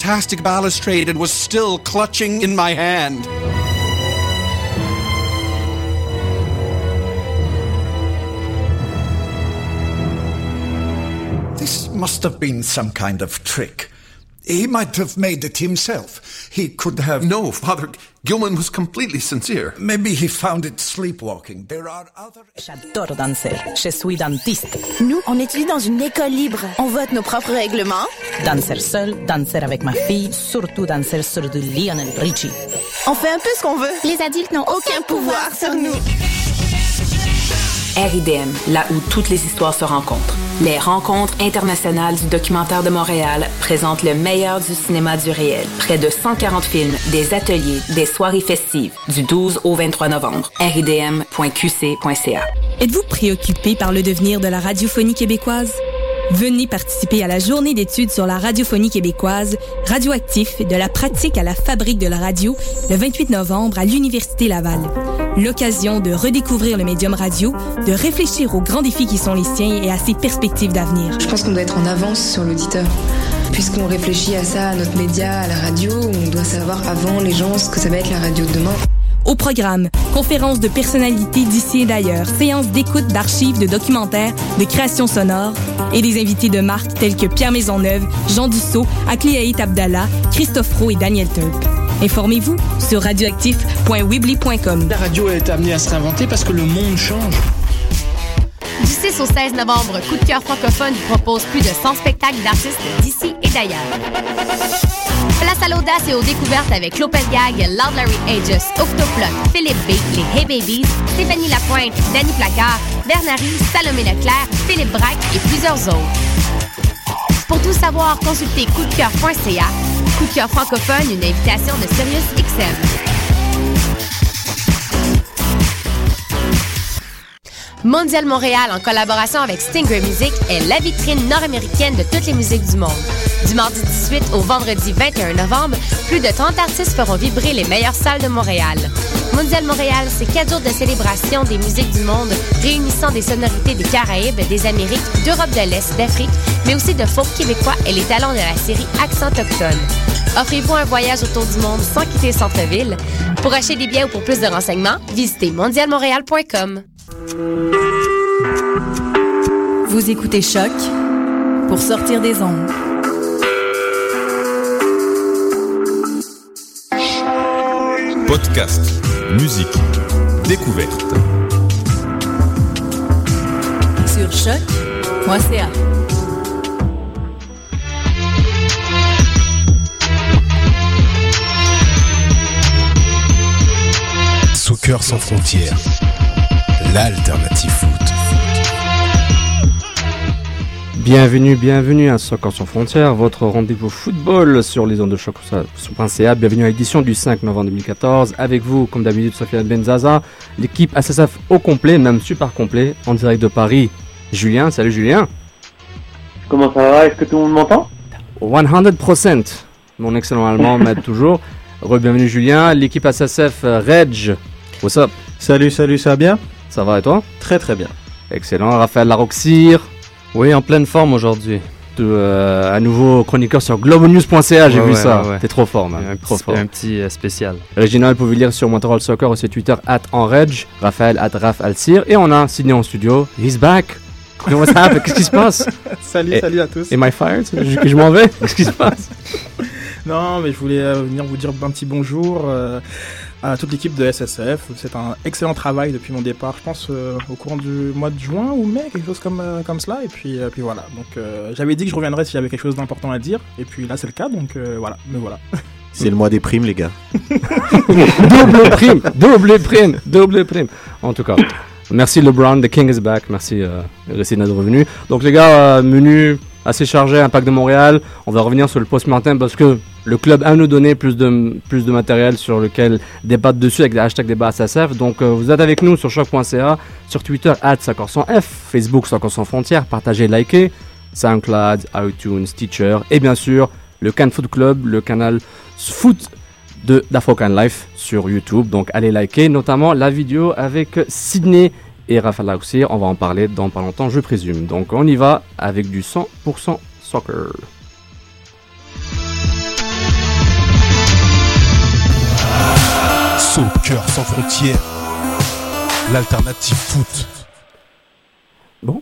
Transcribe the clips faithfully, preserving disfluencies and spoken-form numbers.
fantastic balustrade and was still clutching in my hand. This must have been some kind of trick. He might have made it himself. He could have... No, Father Gilman was completely sincere. Maybe he found it sleepwalking. There are other... J'adore danser. Je suis dentiste. Nous, on étudie dans une école libre. On vote nos propres règlements. Danser seul, danser avec ma fille, surtout danser sur du Lionel Richie. On fait un peu ce qu'on veut. Les adultes n'ont aucun pouvoir sur nous. R I D M, là où toutes les histoires se rencontrent. Les Rencontres internationales du documentaire de Montréal présentent le meilleur du cinéma du réel. Près de cent quarante films, des ateliers, des soirées festives, du douze au vingt-trois novembre. R I D M point Q C point C A. Êtes-vous préoccupé par le devenir de la radiophonie québécoise? Venez participer à la journée d'études sur la radiophonie québécoise, radioactif de la pratique à la fabrique de la radio, le vingt-huit novembre à l'Université Laval. L'occasion de redécouvrir le médium radio, de réfléchir aux grands défis qui sont les siens et à ses perspectives d'avenir. Je pense qu'on doit être en avance sur l'auditeur. Puisqu'on réfléchit à ça, à notre média, à la radio, on doit savoir avant les gens ce que ça va être la radio de demain. Au programme, conférences de personnalités d'ici et d'ailleurs, séances d'écoute d'archives, de documentaires, de créations sonores et des invités de marque tels que Pierre Maisonneuve, Jean Dussault, Akliaït Abdallah, Christophe Roux et Daniel Turp. Informez-vous sur radioactif point weebly point com. La radio est amenée à se réinventer parce que le monde change. Du six au seize novembre, Coup de cœur francophone vous propose plus de cent spectacles d'artistes d'ici et d'ailleurs. Place à l'audace et aux découvertes avec Lopez Gag, Loud Larry Aegis, Octoplot, Philippe B, les Hey Babies, Stéphanie Lapointe, Danny Placard, Bernary, Salomé Leclerc, Philippe Braque et plusieurs autres. Pour tout savoir, consultez coup de cœur point C A. Coup de cœur francophone, une invitation de Sirius X M. Mondial Montréal, en collaboration avec Stingray Music, est la vitrine nord-américaine de toutes les musiques du monde. Du mardi dix-huit au vendredi vingt et un novembre, plus de trente artistes feront vibrer les meilleures salles de Montréal. Mondial Montréal, c'est quatre jours de célébration des musiques du monde, réunissant des sonorités des Caraïbes, des Amériques, d'Europe de l'Est, d'Afrique, mais aussi de folk québécois et les talents de la série Accent autochtone. Offrez-vous un voyage autour du monde sans quitter le centre-ville. Pour acheter des billets ou pour plus de renseignements, visitez mondial montréal point com. Vous écoutez Choc pour sortir des ondes. Podcast, musique, découverte. Sur choc point C A. Soccer sans frontières, l'alternative foot. Bienvenue, bienvenue à Soccer sans frontières, votre rendez-vous football sur les ondes de choc point C A. Bienvenue à l'édition du cinq novembre deux mille quatorze. Avec vous, comme d'habitude, Sofiane Benzaza, l'équipe S S F au complet, même super complet, en direct de Paris. Julien, salut Julien. Comment ça va? Est-ce que tout le monde m'entend? cent pour cent. Mon excellent allemand m'aide toujours. Re-bienvenue Julien, l'équipe S S F Reg. What's up? Salut, salut, ça va bien? Ça va et toi? Très très bien. Excellent, Raphaël Laroxir. Oui, en pleine forme aujourd'hui. De, euh, à nouveau chroniqueur sur globonews point C A, j'ai ouais, vu ouais, ça. Ouais, ouais. T'es trop fort, man. Un trop petit, fort. Un petit euh, spécial. Réginald, vous pouvez lire sur Montreal Soccer ou sur Twitter, at enreg, Raphaël, at Raph Alcir. Et on a Sidney en studio. He's back. What's happening? Qu'est-ce qui se passe? Salut, et, salut à tous. Am I fired? Je, je m'en vais? Qu'est-ce qui se passe? Non, mais je voulais euh, venir vous dire un petit bonjour euh, à toute l'équipe de S S F. C'est un excellent travail depuis mon départ, je pense euh, au courant du mois de juin ou mai, quelque chose comme, euh, comme cela. Et puis, euh, puis voilà, donc euh, j'avais dit que je reviendrais si j'avais quelque chose d'important à dire. Et puis là, c'est le cas, donc euh, voilà, mais voilà. C'est le mois des primes, les gars. Double prime, double prime, double prime. En tout cas, merci LeBron, the king is back. Merci, euh, merci d'être revenu. Donc les gars, euh, menu assez chargé, Impact de Montréal. On va revenir sur le post-Martin parce que le club a nous donné plus de, plus de matériel sur lequel débattre dessus avec des hashtags débat S S F. Donc euh, vous êtes avec nous sur choc point C A, sur Twitter, arobase soccer sans F, Facebook Soccer sans frontières, partagez, likez, SoundCloud, iTunes, Stitcher et bien sûr le Can Foot Club, le canal foot de d'Afrocan Life sur YouTube. Donc allez liker, notamment la vidéo avec Sidney et Raphaël Laoussir. On va en parler dans pas longtemps, je présume. Donc on y va avec du cent pour cent soccer. Soccer sans frontières, l'alternative foot. Bon.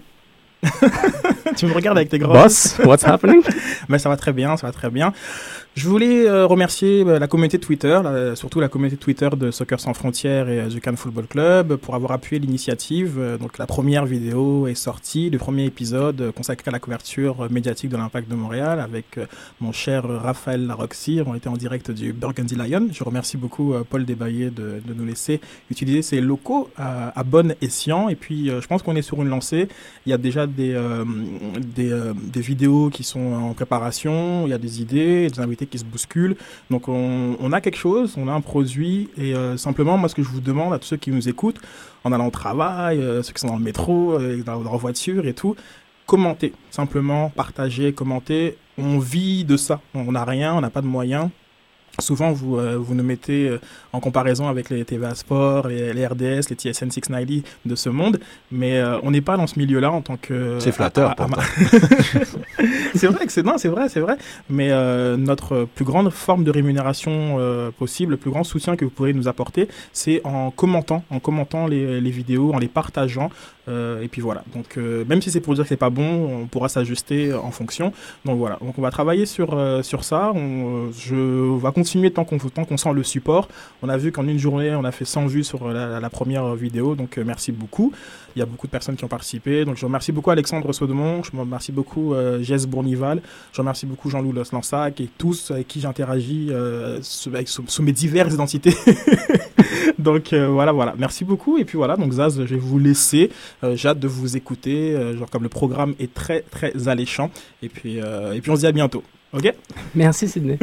Tu me regardes avec tes grands... Boss, what's happening? Mais ça va très bien, ça va très bien. Je voulais euh, remercier euh, la communauté Twitter, la, surtout la communauté Twitter de Soccer Sans Frontières et euh, du Cannes Football Club pour avoir appuyé l'initiative. Euh, donc la première vidéo est sortie, le premier épisode euh, consacré à la couverture euh, médiatique de l'Impact de Montréal avec euh, mon cher euh, Raphaël Larocci. On était en direct du Burgundy Lion. Je remercie beaucoup euh, Paul Desbaillés de, de nous laisser utiliser ces locaux à, à bon escient. Et puis euh, je pense qu'on est sur une lancée. Il y a déjà des, euh, des, euh, des vidéos qui sont en préparation, il y a des idées, des invités qui se bousculent. Donc on, on a quelque chose, on a un produit et euh, simplement moi ce que je vous demande à tous ceux qui nous écoutent en allant au travail, euh, ceux qui sont dans le métro, euh, dans leur voiture et tout, commentez, simplement partagez, commentez. On vit de ça, on n'a rien, on n'a pas de moyens. Souvent, vous, euh, vous nous mettez euh, en comparaison avec les T V A Sport, les, les R D S, les T S N six cent quatre-vingt-dix de ce monde, mais euh, on n'est pas dans ce milieu-là en tant que... C'est flatteur, à, à, à, c'est vrai que c'est... Non, c'est vrai, c'est vrai. Mais euh, notre plus grande forme de rémunération euh, possible, le plus grand soutien que vous pourrez nous apporter, c'est en commentant, en commentant les, les vidéos, en les partageant. Euh, et puis voilà. Donc, euh, même si c'est pour dire que c'est pas bon, on pourra s'ajuster en fonction. Donc voilà. Donc on va travailler sur, euh, sur ça. On, je vais continuer tant qu'on, tant qu'on sent le support. On a vu qu'en une journée, on a fait cent vues sur la, la première vidéo. Donc euh, merci beaucoup. Il y a beaucoup de personnes qui ont participé. Donc je remercie beaucoup Alexandre Saudemont. Je remercie beaucoup euh, Jess Bournival. Je remercie beaucoup Jean-Loup Lansac et tous avec qui j'interagis euh, sous, avec, sous, sous mes diverses identités. Donc euh, voilà, voilà. Merci beaucoup. Et puis voilà. Donc Zaz, je vais vous laisser. Euh, j'ai hâte de vous écouter. Euh, genre comme le programme est très très alléchant. Et puis euh, et puis on se dit à bientôt. Ok? Merci Sydney.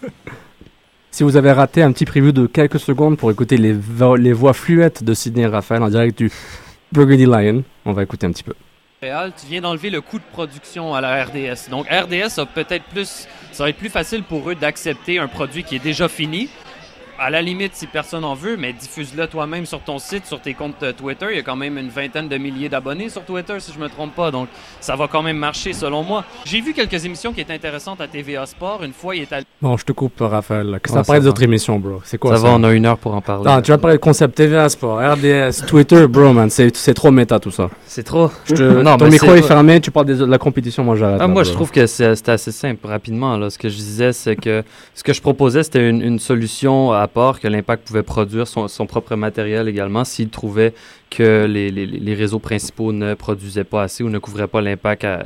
Si vous avez raté un petit preview de quelques secondes pour écouter les, vo- les voix fluettes de Sydney et Raphaël en direct du Burgundy Lion, on va écouter un petit peu. Montréal, tu viens d'enlever le coût de production à la R D S. Donc R D S a peut-être plus, ça va être plus facile pour eux d'accepter un produit qui est déjà fini. À la limite, si personne en veut, mais diffuse-le toi-même sur ton site, sur tes comptes Twitter. Il y a quand même une vingtaine de milliers d'abonnés sur Twitter, si je me trompe pas. Donc, ça va quand même marcher, selon moi. J'ai vu quelques émissions qui étaient intéressantes à T V A Sport. Une fois, il est allé... Bon, je te coupe, Raphaël. Qu'est-ce que Ouais, ça parle des va. autres émissions, bro? C'est quoi ça? ça? Ça va, on a une heure pour en parler. Non, tu vas parler de concept T V A Sport, R D S, Twitter, bro, man. C'est, c'est trop méta, tout ça. C'est trop. Je te... non, Ton mais micro c'est... est fermé, tu parles des... de la compétition, moi j'arrête. Ah, là, moi, bro. je trouve que c'est, c'était assez simple, rapidement. Là. Ce que je disais, c'est que ce que je proposais, c'était une, une solution à part que l'Impact pouvait produire son, son propre matériel également s'il trouvait que les, les, les réseaux principaux ne produisaient pas assez ou ne couvraient pas l'Impact à,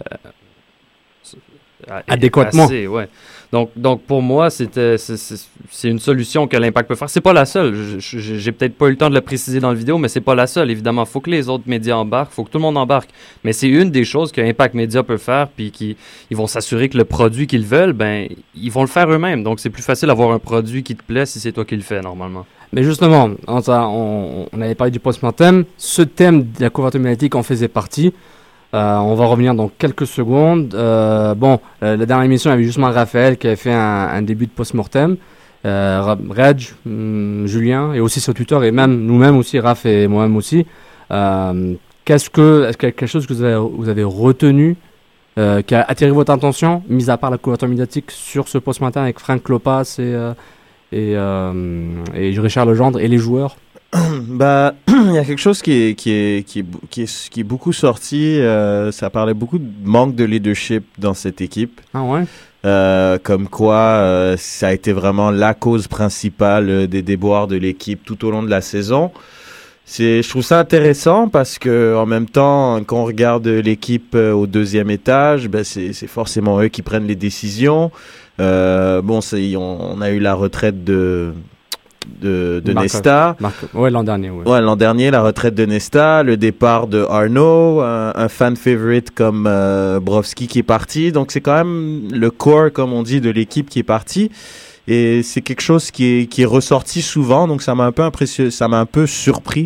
à, à, adéquatement. Assez, ouais. Donc, donc, pour moi, c'était, c'est, c'est, c'est une solution que l'Impact peut faire. C'est pas la seule. Je, je, j'ai peut-être pas eu le temps de le préciser dans la vidéo, mais c'est pas la seule. Évidemment, il faut que les autres médias embarquent, il faut que tout le monde embarque. Mais c'est une des choses que Impact Media peut faire, puis qui, ils vont s'assurer que le produit qu'ils veulent, ben, ils vont le faire eux-mêmes. Donc, c'est plus facile d'avoir un produit qui te plaît si c'est toi qui le fais, normalement. Mais justement, on, on, on avait parlé du post-mortem. Ce thème de la couverture médiatique en faisait partie. Euh, on va revenir dans quelques secondes. Euh, bon, euh, la dernière émission, il y avait justement Raphaël qui avait fait un, un début de post-mortem. Euh, Reg, hum, Julien, et aussi sur Twitter, et même nous-mêmes aussi, Raph et moi-même aussi. Euh, qu'est-ce que, est-ce qu'il y a quelque chose que vous avez, vous avez retenu, euh, qui a attiré votre attention, mis à part la couverture médiatique, sur ce post-mortem avec Frank Lopas et, euh, et, euh, et Richard Legendre et les joueurs? Bah, il y a quelque chose qui est qui est qui est qui est, qui est beaucoup sorti. Euh, ça parlait beaucoup de manque de leadership dans cette équipe. Ah ouais. Euh, comme quoi, euh, ça a été vraiment la cause principale euh, des déboires de l'équipe tout au long de la saison. C'est, je trouve ça intéressant parce que en même temps, quand on regarde l'équipe euh, au deuxième étage, ben c'est c'est forcément eux qui prennent les décisions. Euh, bon, c'est, on, on a eu la retraite de de, de Marc, Nesta. Marc, ouais, l'an dernier. Ouais. ouais, l'an dernier, la retraite de Nesta, le départ de Arnaud, un, un fan favorite comme euh, Brovski qui est parti. Donc, c'est quand même le core, comme on dit, de l'équipe qui est parti. Et c'est quelque chose qui est, qui est ressorti souvent. Donc, ça m'a un peu impressionné, ça m'a un peu surpris.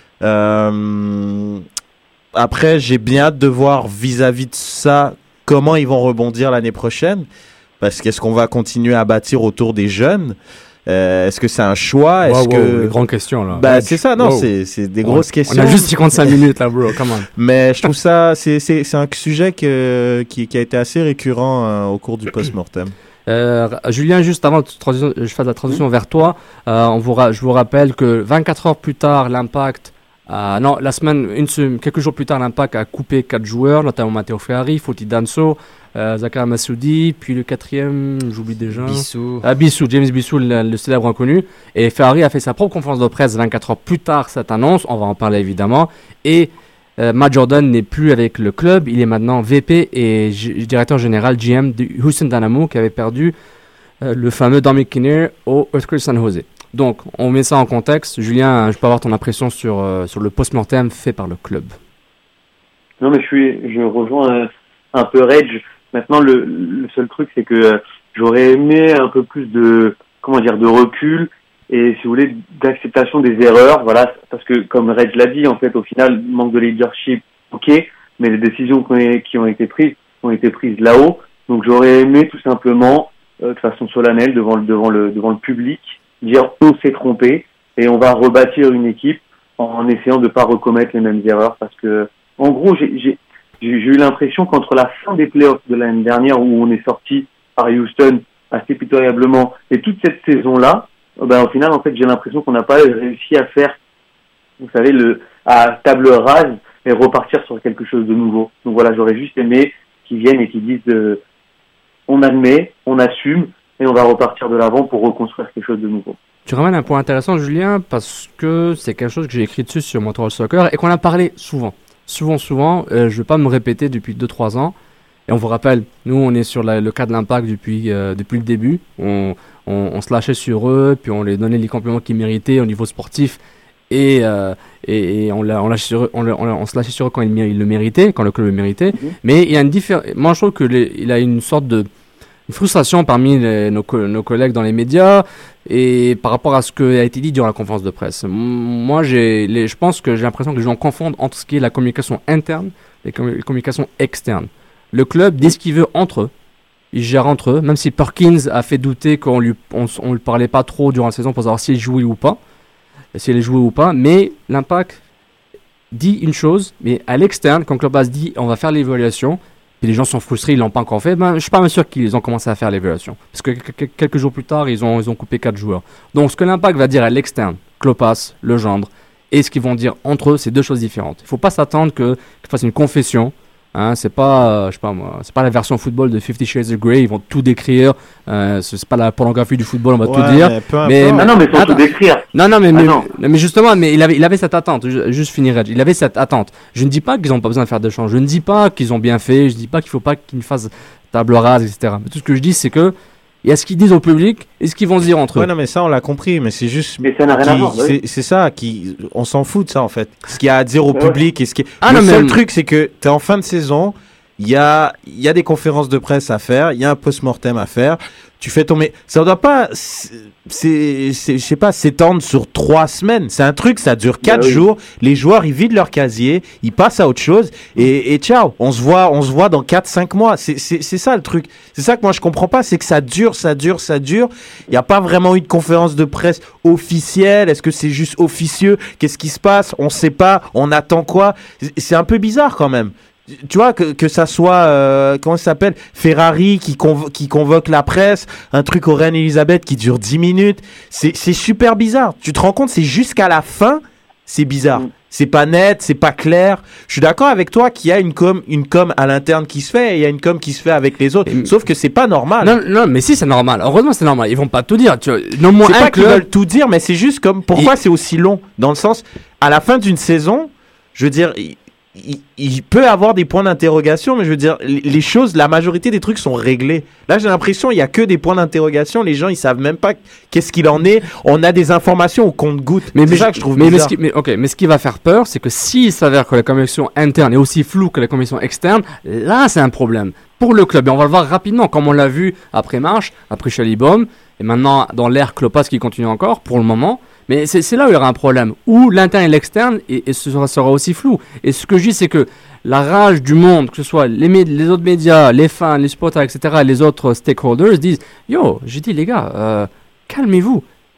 Euh, après, j'ai bien hâte de voir vis-à-vis de ça comment ils vont rebondir l'année prochaine. Parce qu'est-ce qu'on va continuer à bâtir autour des jeunes? Euh, est-ce que c'est un choix? Est-ce wow, wow, que... les grandes questions, là. Bah, ouais, c'est ça, non, wow. c'est, c'est des grosses on, questions. On a juste cinquante-cinq minutes, là, bro, come on. Mais je trouve ça, c'est, c'est, c'est un sujet que, qui, qui a été assez récurrent euh, au cours du post-mortem. Euh, Julien, juste avant que je fasse la transition mmh. vers toi, euh, on vous ra- je vous rappelle que vingt-quatre heures plus tard, l'Impact, euh, non, la semaine, une semaine, quelques jours plus tard, l'Impact a coupé quatre joueurs, notamment Matteo Ferrari, Foti Danso, euh, Zakar Massoudi, puis le quatrième, j'oublie déjà. Bissou. Ah, Bissou, James Bissou, le, le célèbre inconnu. Et Ferrari a fait sa propre conférence de presse vingt-quatre heures plus tard, cette annonce, on va en parler évidemment. Et euh, Matt Jordan n'est plus avec le club, il est maintenant V P et g- directeur général G M de Houston Dynamo qui avait perdu euh, le fameux Dominic Kinnear au Earthquake San Jose. Donc, on met ça en contexte. Julien, je peux avoir ton impression sur, euh, sur le post-mortem fait par le club. Non, mais je suis, je rejoins un, un peu Reg. Maintenant, le, le seul truc, c'est que euh, j'aurais aimé un peu plus de, comment dire, de recul et, si vous voulez, d'acceptation des erreurs. Voilà, parce que, comme Reg l'a dit, en fait, au final, manque de leadership, ok, mais les décisions qui ont été prises ont été prises là-haut. Donc, j'aurais aimé tout simplement, euh, de façon solennelle, devant le, devant le, devant le public, dire on s'est trompé et on va rebâtir une équipe en essayant de pas recommettre les mêmes erreurs parce que en gros j'ai, j'ai, j'ai eu l'impression qu'entre la fin des playoffs de l'année dernière où on est sorti par Houston assez pitoyablement et toute cette saison là ben au final en fait j'ai l'impression qu'on n'a pas réussi à faire vous savez le à table rase et repartir sur quelque chose de nouveau. Donc voilà, j'aurais juste aimé qu'ils viennent et qu'ils disent euh, on admet, on assume et on va repartir de l'avant pour reconstruire quelque chose de nouveau. Tu ramènes un point intéressant, Julien, parce que c'est quelque chose que j'ai écrit dessus sur Montreal Soccer et qu'on a parlé souvent. Souvent, souvent. Euh, je ne vais pas me répéter depuis deux trois ans. Et on vous rappelle, nous, on est sur la, le cas de l'Impact depuis, euh, depuis le début. On, on, on se lâchait sur eux, puis on les donnait les compliments qu'ils méritaient au niveau sportif. Et, euh, et, et on, l'a, on, lâchait sur eux, on, on, on se lâchait sur eux quand ils, ils le méritaient, quand le club le méritait. Mm-hmm. Mais il y a une différence. Moi, je trouve qu'il a une sorte de une frustration parmi les, nos, co- nos collègues dans les médias et par rapport à ce qui a été dit durant la conférence de presse. M- moi, j'ai, les, je pense que j'ai l'impression que les gens confondent entre ce qui est la communication interne et com- la communication externe. Le club dit ce qu'il veut entre eux. Ils gèrent entre eux, même si Perkins a fait douter qu'on lui, on, on lui parlait pas trop durant la saison pour savoir s'il jouait ou pas, s'il est joué ou pas, mais l'Impact dit une chose, mais à l'externe, quand Clubhouse dit on va faire l'évaluation, et les gens sont frustrés, ils l'ont pas encore fait, ben, je suis pas même sûr qu'ils ont commencé à faire l'évaluation. Parce que quelques jours plus tard, ils ont, ils ont coupé quatre joueurs. Donc ce que l'Impact va dire à l'externe, Klopas, Legendre, et ce qu'ils vont dire entre eux, c'est deux choses différentes. Il faut pas s'attendre que, qu'ils fassent une confession. Hein, c'est pas, euh, je sais pas moi, c'est pas la version football de Fifty Shades of Grey. Ils vont tout décrire. Euh, c'est pas la pornographie du football, on va ouais, tout dire. Mais, mais ah non, mais faut tout décrire. Non, non, mais, ah mais, non. mais justement, mais il avait, il avait cette attente. Juste finir, il avait cette attente. Je ne dis pas qu'ils ont pas besoin de faire de change. Je ne dis pas qu'ils ont bien fait. Je dis pas qu'il faut pas qu'ils fassent table rase, et cetera. Mais tout ce que je dis, c'est que il y a ce qu'ils disent au public et ce qu'ils vont se dire entre eux. Ouais, non, mais ça, on l'a compris, mais c'est juste. Mais ça n'a rien qui, à voir. Oui. C'est, c'est ça, qui, on s'en fout de ça, en fait. Ce qu'il y a à dire au ouais. public et ce qui est. Ah, le non, seul mais... truc, c'est que t'es en fin de saison, il y a, il y a des conférences de presse à faire, il y a un post-mortem à faire. Tu fais ton. Mais ça ne doit pas, c'est, c'est, je sais pas, s'étendre sur trois semaines. C'est un truc, ça dure quatre bah oui. jours. Les joueurs, ils vident leur casier, ils passent à autre chose et, et ciao. On se voit, on se voit dans quatre cinq mois. C'est, c'est, c'est ça le truc. C'est ça que moi je comprends pas, c'est que ça dure, ça dure, ça dure. Il n'y a pas vraiment eu de conférence de presse officielle. Est-ce que c'est juste officieux? Qu'est-ce qui se passe? On sait pas. On attend quoi? C'est un peu bizarre quand même. Tu vois, que, que ça soit, euh, comment ça s'appelle, Ferrari qui, convo- qui convoque la presse, un truc au Reine-Elisabeth qui dure dix minutes, c'est, c'est super bizarre. Tu te rends compte, c'est jusqu'à la fin, c'est bizarre. Mm. C'est pas net, c'est pas clair. Je suis d'accord avec toi qu'il y a une com, une com à l'interne qui se fait et il y a une com qui se fait avec les autres. Et sauf que c'est pas normal. Non, non, mais si, c'est normal. Heureusement, c'est normal. Ils vont pas tout dire. Tu vois, non, moins c'est un pas club... qu'ils veulent tout dire, mais c'est juste comme, pourquoi et... c'est aussi long? Dans le sens, à la fin d'une saison, je veux dire, il, il, il peut avoir des points d'interrogation, mais je veux dire, les, les choses, la majorité des trucs sont réglés. Là, j'ai l'impression, il y a que des points d'interrogation. Les gens, ils savent même pas qu'est-ce qu'il en est. On a des informations au compte-gouttes. Mais, c'est mais ça que je trouve mais, bizarre. Mais ce, qui, mais, okay, mais ce qui va faire peur, c'est que s'il s'avère que la communication interne est aussi floue que la communication externe, là, c'est un problème pour le club. Et on va le voir rapidement, comme on l'a vu après Marche, après Chalibaume, et maintenant dans l'ère Klopas qui continue encore pour le moment. Mais c'est, c'est là où il y aura un problème, où l'interne et l'externe, et, et ce sera, sera aussi flou. Et ce que je dis, c'est que la rage du monde, que ce soit les, mé- les autres médias, les fans, les supporters, et cetera, les autres stakeholders disent « Yo, j'ai dit les gars, euh, calmez-vous.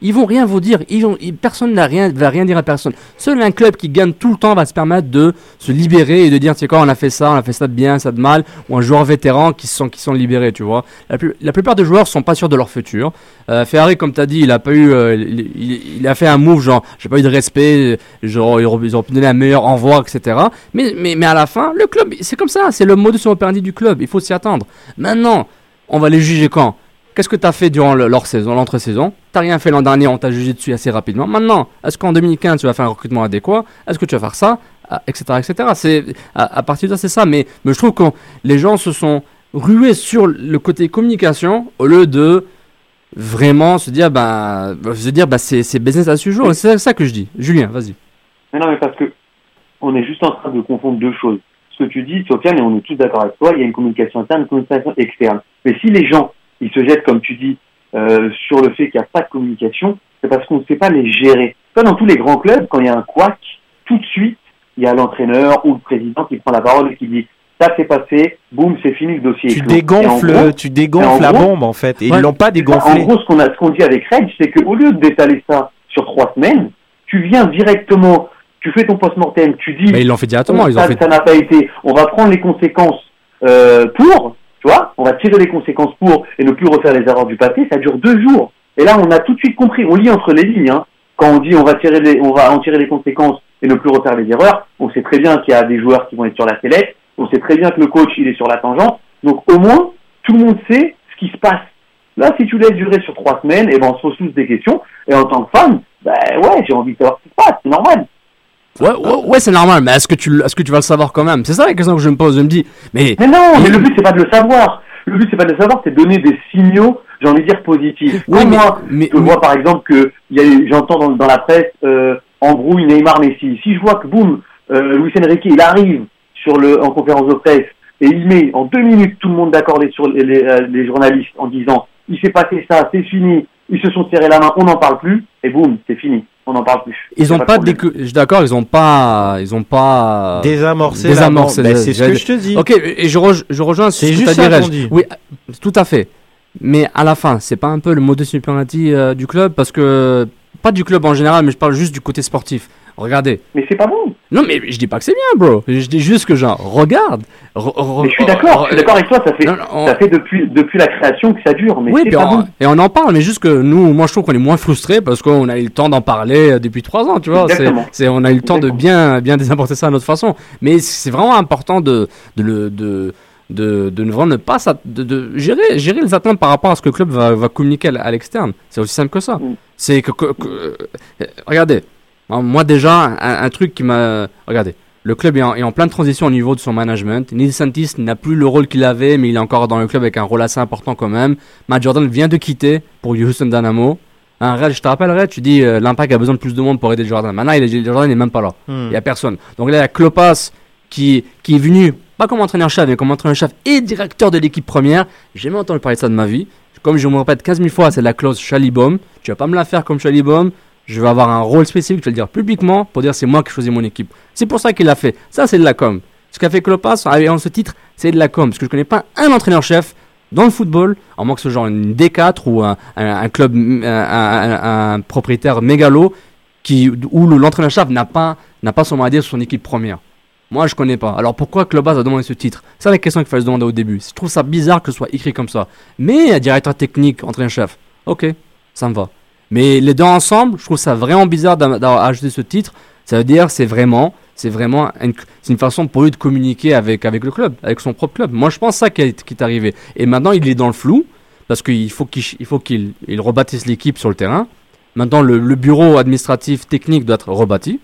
Ils vont rien vous dire. Ils vont, ils, personne n'a rien, va rien dire à personne. Seul un club qui gagne tout le temps va se permettre de se libérer et de dire, tu sais quoi, on a fait ça, on a fait ça de bien, ça de mal, ou un joueur vétéran qui se sont, qui sont libérés, tu vois. La, plus, la plupart des joueurs sont pas sûrs de leur futur. Euh, Ferrari, comme tu as dit, il a pas eu, euh, il, il, il a fait un move genre, j'ai pas eu de respect, genre, ils auraient pu donner un meilleur envoi, et cetera. Mais, mais, mais à la fin, le club, c'est comme ça, c'est le modus operandi du club, il faut s'y attendre. Maintenant, on va les juger quand? Qu'est-ce que tu as fait durant le, leur saison, l'entre-saison? Tu n'as rien fait l'an dernier, on t'a jugé dessus assez rapidement. Maintenant, est-ce qu'en deux mille quinze, tu vas faire un recrutement adéquat? Est-ce que tu vas faire ça? Etc. etc. C'est, à, à partir de ça, c'est ça. Mais, mais je trouve que les gens se sont rués sur le côté communication au lieu de vraiment se dire, bah, se dire bah, c'est, c'est business as usual. C'est ça que je dis. Julien, vas-y. Mais non, mais parce que on est juste en train de confondre deux choses. Ce que tu dis, Sofiane, et on est tous d'accord avec toi, il y a une communication interne, une communication externe. Mais si les gens ils se jettent, comme tu dis, euh, sur le fait qu'il n'y a pas de communication, c'est parce qu'on ne sait pas les gérer. Comme dans tous les grands clubs, quand il y a un couac, tout de suite, il y a l'entraîneur ou le président qui prend la parole et qui dit « ça s'est passé, boum, c'est fini, le dossier est tu clos. » dégonfles, gros, tu dégonfles la gros, bombe, en fait, et ouais, ils l'ont pas dégonflé. En gros, ce qu'on, a, ce qu'on dit avec Reg, c'est qu'au lieu d'étaler ça sur trois semaines, tu viens directement, tu fais ton post-mortem, tu dis... Mais ils l'ont fait directement. Ils ça, ont fait... ça n'a pas été, on va prendre les conséquences euh, pour... Tu vois, on va tirer les conséquences pour et ne plus refaire les erreurs du passé. Ça dure deux jours. Et là, on a tout de suite compris. On lit entre les lignes. Hein. Quand on dit on va tirer les, on va en tirer les conséquences et ne plus refaire les erreurs, on sait très bien qu'il y a des joueurs qui vont être sur la sellette. On sait très bien que le coach il est sur la tangente. Donc au moins, tout le monde sait ce qui se passe. Là, si tu laisses durer sur trois semaines, et ben on se pose tous des questions. Et en tant que fan, ben ouais, j'ai envie de savoir ce qui se passe. C'est normal. Ouais, ouais, ouais, c'est normal, mais est-ce que tu, est-ce que tu vas le savoir quand même? C'est ça la question que je me pose. Je me dis, mais. Mais non, mais le but c'est pas de le savoir. Le but c'est pas de le savoir, c'est de donner des signaux, j'ai envie de dire positifs. Oui, Comme mais, moi, mais, je mais... vois par exemple que il y a, j'entends dans, dans la presse euh, embrouille Neymar Messi. Si je vois que boum, euh, Luis Enrique il arrive sur le en conférence de presse et il met en deux minutes tout le monde d'accord les, sur les, les, les journalistes en disant il s'est passé ça, c'est fini, ils se sont serrés la main, on n'en parle plus et boum, c'est fini. On n'en parle plus. Ils ont pas, pas déco... je suis d'accord, ils ont pas, ils ont pas désamorcé. Désamorcé. Ben, c'est ce que je te dis. Ok, et je, re... je rejoins ce c'est que juste tu as dit. dit. Oui, tout à fait. Mais à la fin, c'est pas un peu le modus operandi euh, du club, parce que pas du club en général, mais je parle juste du côté sportif. Regardez. Mais c'est pas bon. Non, mais je dis pas que c'est bien, bro. Je dis juste que genre, regarde. Re, re, mais je suis d'accord. Re, je suis d'accord avec toi. Ça fait, non, on... ça fait depuis depuis la création que ça dure. Mais oui, c'est pas on, bon. Et on en parle, mais juste que nous, moi, je trouve qu'on est moins frustrés parce qu'on a eu le temps d'en parler depuis trois ans, tu vois. Exactement. C'est, c'est, on a eu le temps Exactement. de bien bien désamorcer ça à notre façon. Mais c'est vraiment important de de le de de, de ne vraiment ne pas de, de gérer gérer les attentes par rapport à ce que le club va va communiquer à l'externe. C'est aussi simple que ça. Mm. C'est que, que, que euh, regardez. Moi déjà, un, un truc qui m'a... Regardez, le club est en, est en pleine transition au niveau de son management. Neil Santis n'a plus le rôle qu'il avait, mais il est encore dans le club avec un rôle assez important quand même. Matt Jordan vient de quitter pour Houston Dynamo. Hein, Red, je te rappellerai, tu dis euh, l'Impact a besoin de plus de monde pour aider Jordan. Maintenant, il est, Jordan n'est même pas là. Il mm. n'y a personne. Donc là, il y a Klopas qui, qui est venu, pas comme entraîneur-chef, mais comme entraîneur-chef et directeur de l'équipe première. J'ai jamais entendu parler de ça de ma vie. Comme je me répète quinze mille fois, c'est la clause Chalibom. Tu vas pas me la faire comme Chalibom. Je vais avoir un rôle spécifique, je vais le dire publiquement pour dire c'est moi qui choisis mon équipe. C'est pour ça qu'il l'a fait. Ça, c'est de la com. Ce qu'a fait Klopas en ce titre, c'est de la com. Parce que je connais pas un entraîneur-chef dans le football, à moins que ce genre une D quatre ou un, un, un club, un, un, un propriétaire mégalo qui, où l'entraîneur-chef n'a pas, n'a pas son mot à dire sur son équipe première. Moi, je connais pas. Alors pourquoi Klopas a demandé ce titre? C'est la question qu'il fallait se demander au début. Je trouve ça bizarre que ce soit écrit comme ça. Mais directeur technique, entraîneur-chef, ok, ça me va. Mais les deux ensemble, je trouve ça vraiment bizarre d'ajouter ce titre. Ça veut dire c'est vraiment, c'est vraiment une, c'est une façon pour lui de communiquer avec, avec le club, avec son propre club. Moi, je pense ça qui est, qui est arrivé. Et maintenant, il est dans le flou parce qu'il faut qu'il, il faut qu'il il rebâtisse l'équipe sur le terrain. Maintenant, le, le bureau administratif technique doit être rebâti.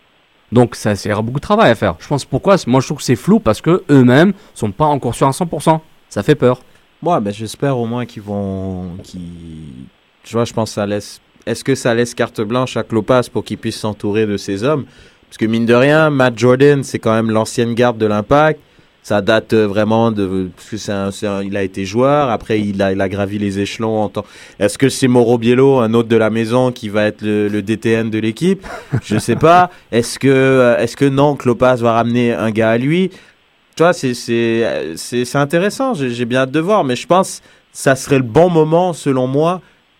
Donc, ça, il y aura beaucoup de travail à faire. Je pense pourquoi. Moi, je trouve que c'est flou parce que eux-mêmes sont pas encore sûrs à cent pour cent. Ça fait peur. Moi, ben, j'espère au moins qu'ils vont, qu'ils tu vois, je pense que ça laisse... Est-ce que ça laisse carte blanche à Klopas pour qu'il puisse s'entourer de ces hommes? Parce que mine de rien, Matt Jordan, c'est quand même l'ancienne garde de l'Impact. Ça date vraiment de... Parce que c'est un, c'est un, il a été joueur. Après, il a, il a gravi les échelons en temps... Est-ce que c'est Mauro Biello, un autre de la maison, qui va être le, le D T N de l'équipe? Je sais pas. Est-ce que, est-ce que non, Klopas va ramener un gars à lui? Tu vois, c'est, c'est, c'est, c'est intéressant. J'ai, j'ai bien hâte de voir. Mais je pense que ça serait le bon moment, selon moi,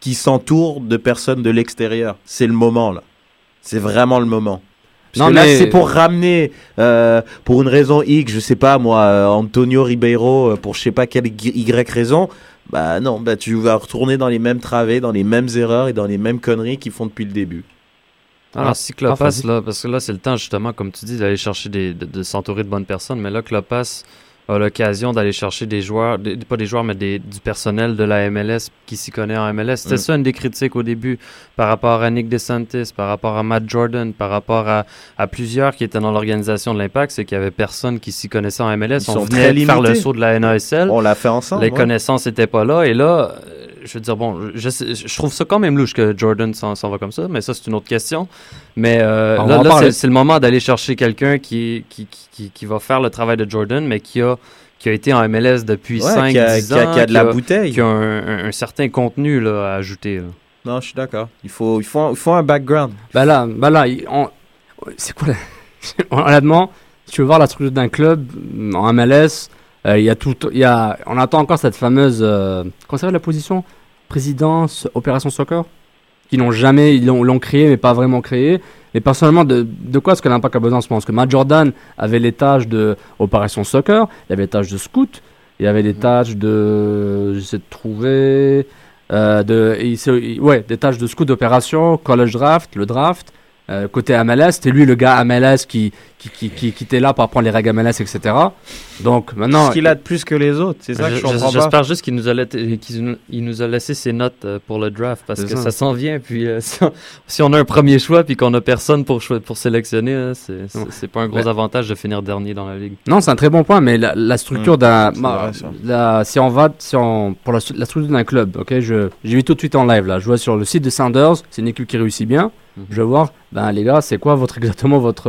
qui s'entoure de personnes de l'extérieur. C'est le moment, là. C'est vraiment le moment. Parce non, que là, mais... c'est pour ramener, euh, pour une raison X, je sais pas, moi, euh, Antonio Ribeiro, pour je sais pas quelle Y raison, bah non, bah tu vas retourner dans les mêmes travées, dans les mêmes erreurs et dans les mêmes conneries qu'ils font depuis le début. Alors, ah, si Klopas, là, parce que là, c'est le temps, justement, comme tu dis, d'aller chercher des, de, de s'entourer de bonnes personnes, mais là, Klopas a l'occasion d'aller chercher des joueurs, des, pas des joueurs, mais des, du personnel de la M L S qui s'y connaît en M L S. C'était mm. ça une des critiques au début par rapport à Nick DeSantis, par rapport à Matt Jordan, par rapport à, à plusieurs qui étaient dans l'organisation de l'Impact, c'est qu'il y avait personne qui s'y connaissait en M L S. Ils On venait de faire le saut de la N A S L. On l'a fait ensemble. Les ouais. connaissances n'étaient pas là. Et là, je veux dire, bon, je, sais, je trouve ça quand même louche que Jordan s'en, s'en va comme ça, mais ça, c'est une autre question. Mais euh, là, là c'est, c'est le moment d'aller chercher quelqu'un qui, qui, qui, qui va faire le travail de Jordan, mais qui a qui a été en M L S depuis ouais, cinq dix ans, qui a, qui a de la bouteille, qui a un, un, un certain contenu là, à ajouter. Là. Non, je suis d'accord. Il faut, il faut, il faut un background. Bah là, bah là, on... c'est quoi la... Honnêtement, si tu veux voir la structure d'un club en M L S, il euh, y a tout, il y a, on attend encore cette fameuse, euh, comment ça s'appelle la position, présidence, opération soccer, qui n'ont jamais, ils l'ont, l'ont créé mais pas vraiment créé. Mais personnellement, de, de quoi est-ce que l'Impact a besoin en ce moment? Parce que Matt Jordan avait les tâches de opération soccer, il y avait les tâches de scout, il y avait les tâches de, j'essaie de trouver, euh, de, il, ouais, des tâches de scout d'opération, college draft, le draft. Euh, côté M L S, c'était lui le gars M L S qui, qui, qui, qui, qui était là pour apprendre les règles M L S, et cetera. Donc maintenant. Ce qu'il a de plus que les autres, c'est ça je, que je comprends J'espère pas. juste qu'il nous, a let- qu'il il nous a laissé ses notes pour le draft parce c'est que ça. ça s'en vient. Puis euh, si, on, si on a un premier choix puis qu'on a personne pour, cho- pour sélectionner, là, c'est, c'est, c'est pas un gros mais, avantage de finir dernier dans la ligue. Non, c'est un très bon point, mais la, la structure mmh, d'un. Ma, la, si on va si on, pour la, la structure d'un club, ok, je, j'ai vu tout de suite en live là. Je vois sur le site de Sounders, c'est une équipe qui réussit bien. Mm-hmm. Je vais voir, ben les gars, c'est quoi votre exactement votre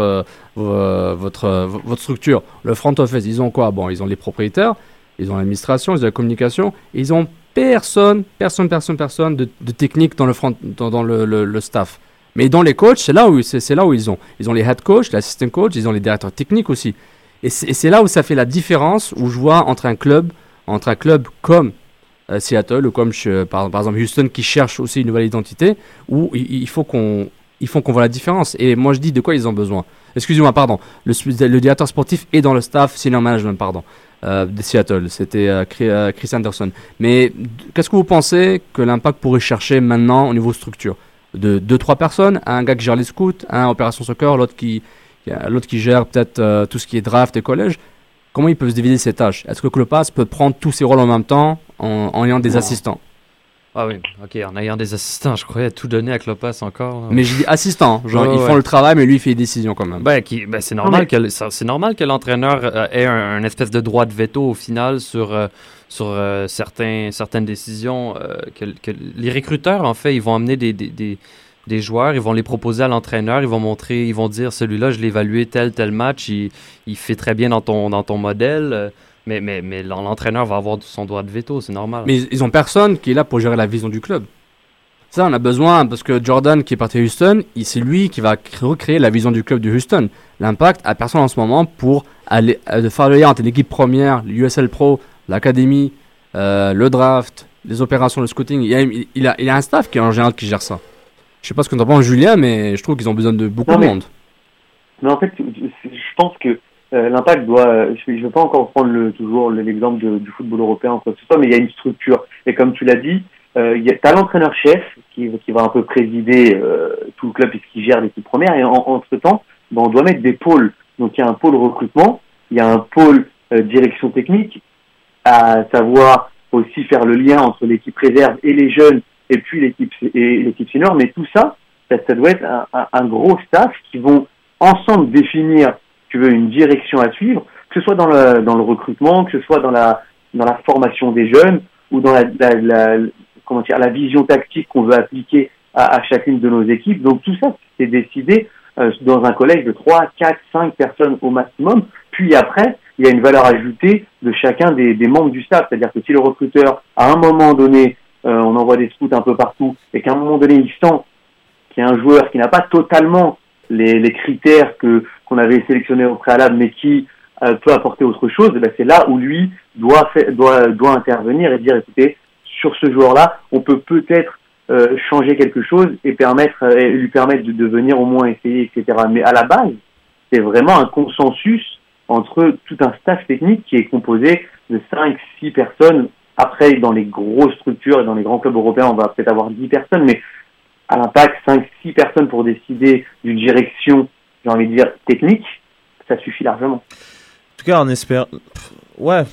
euh, votre euh, votre structure? Le front office, ils ont quoi? Bon, ils ont les propriétaires, ils ont l'administration, ils ont la communication, et ils ont personne, personne, personne, personne de, de technique dans le front, dans, dans le, le, le staff. Mais dans les coachs, c'est là où c'est, c'est là où ils ont, ils ont les head coach, les assistant coach, ils ont les directeurs techniques aussi. Et c'est, et c'est là où ça fait la différence où je vois entre un club, entre un club comme Euh, Seattle ou comme je, par, par exemple Houston qui cherche aussi une nouvelle identité où il, il faut qu'on il faut qu'on voit la différence. Et moi je dis de quoi ils ont besoin. Excusez-moi, pardon. Le, le directeur sportif est dans le staff senior management, pardon, euh, de Seattle. C'était euh, Chris Anderson. Mais qu'est-ce que vous pensez que l'Impact pourrait chercher maintenant au niveau structure? De deux trois personnes, un gars qui gère les scouts, un opération soccer, l'autre qui l'autre qui gère peut-être euh, tout ce qui est draft et collège. Comment ils peuvent se diviser ces tâches? Est-ce que Klopas peut prendre tous ces rôles en même temps en, en ayant des non. assistants? Ah oui, ok, en ayant des assistants, je croyais tout donner à Klopas encore. Là. Mais je dis assistants, genre oh, ils ouais. font le travail, mais lui il fait les décisions quand même. Ben, qui, ben c'est, normal que, c'est normal que l'entraîneur euh, ait un, un espèce de droit de veto au final sur, euh, sur euh, certains, certaines décisions. Euh, que, que les recruteurs, en fait, ils vont amener des... des, des des joueurs, ils vont les proposer à l'entraîneur, ils vont montrer, ils vont dire celui-là, je l'ai évalué tel tel match, il, il fait très bien dans ton dans ton modèle, mais mais mais l'entraîneur va avoir son droit de veto, c'est normal. Mais ils ont personne qui est là pour gérer la vision du club. Ça, on a besoin parce que Jordan qui est parti à Houston, il, c'est lui qui va recréer la vision du club de Houston. L'Impact a personne en ce moment pour aller euh, faire le lien entre l'équipe première, l'U S L Pro, l'académie, euh, le draft, les opérations, le scouting. Il y a, il, il a il a un staff qui en général qui gère ça. Je sais pas ce que tu en penses, Julien, mais je trouve qu'ils ont besoin de beaucoup non, mais, de monde. Mais en fait, je pense que euh, l'Impact doit... Je ne veux pas encore prendre le, toujours l'exemple de, du football européen, quoi que ce soit, mais il y a une structure. Et comme tu l'as dit, euh, tu as l'entraîneur-chef qui, qui va un peu présider euh, tout le club puisqu'il gère l'équipe première. Et en, entre-temps, ben, on doit mettre des pôles. Donc il y a un pôle recrutement, il y a un pôle euh, direction technique, à savoir aussi faire le lien entre l'équipe réserve et les jeunes, et puis l'équipe et l'équipe senior, mais tout ça, ça, ça doit être un, un, un gros staff qui vont ensemble définir, tu veux, une direction à suivre, que ce soit dans le dans le recrutement, que ce soit dans la dans la formation des jeunes ou dans la, la, la comment dire la vision tactique qu'on veut appliquer à, à chacune de nos équipes. Donc tout ça, c'est décidé euh, dans un collège de trois, quatre, cinq personnes au maximum. Puis après, il y a une valeur ajoutée de chacun des, des membres du staff, c'est-à-dire que si le recruteur à un moment donné Euh, on envoie des scouts un peu partout, et qu'à un moment donné, il sent qu'il y a un joueur qui n'a pas totalement les, les critères que qu'on avait sélectionnés au préalable, mais qui euh, peut apporter autre chose, ben c'est là où lui doit, fait, doit, doit intervenir et dire, écoutez, sur ce joueur-là, on peut peut-être euh, changer quelque chose et permettre et lui permettre de, de venir au moins essayer, et cetera. Mais à la base, c'est vraiment un consensus entre tout un staff technique qui est composé de cinq six personnes. Après, dans les grosses structures et dans les grands clubs européens, on va peut-être avoir dix personnes, mais à l'Impact, cinq six personnes pour décider d'une direction, j'ai envie de dire, technique, ça suffit largement. En tout cas, on espère... Ouais,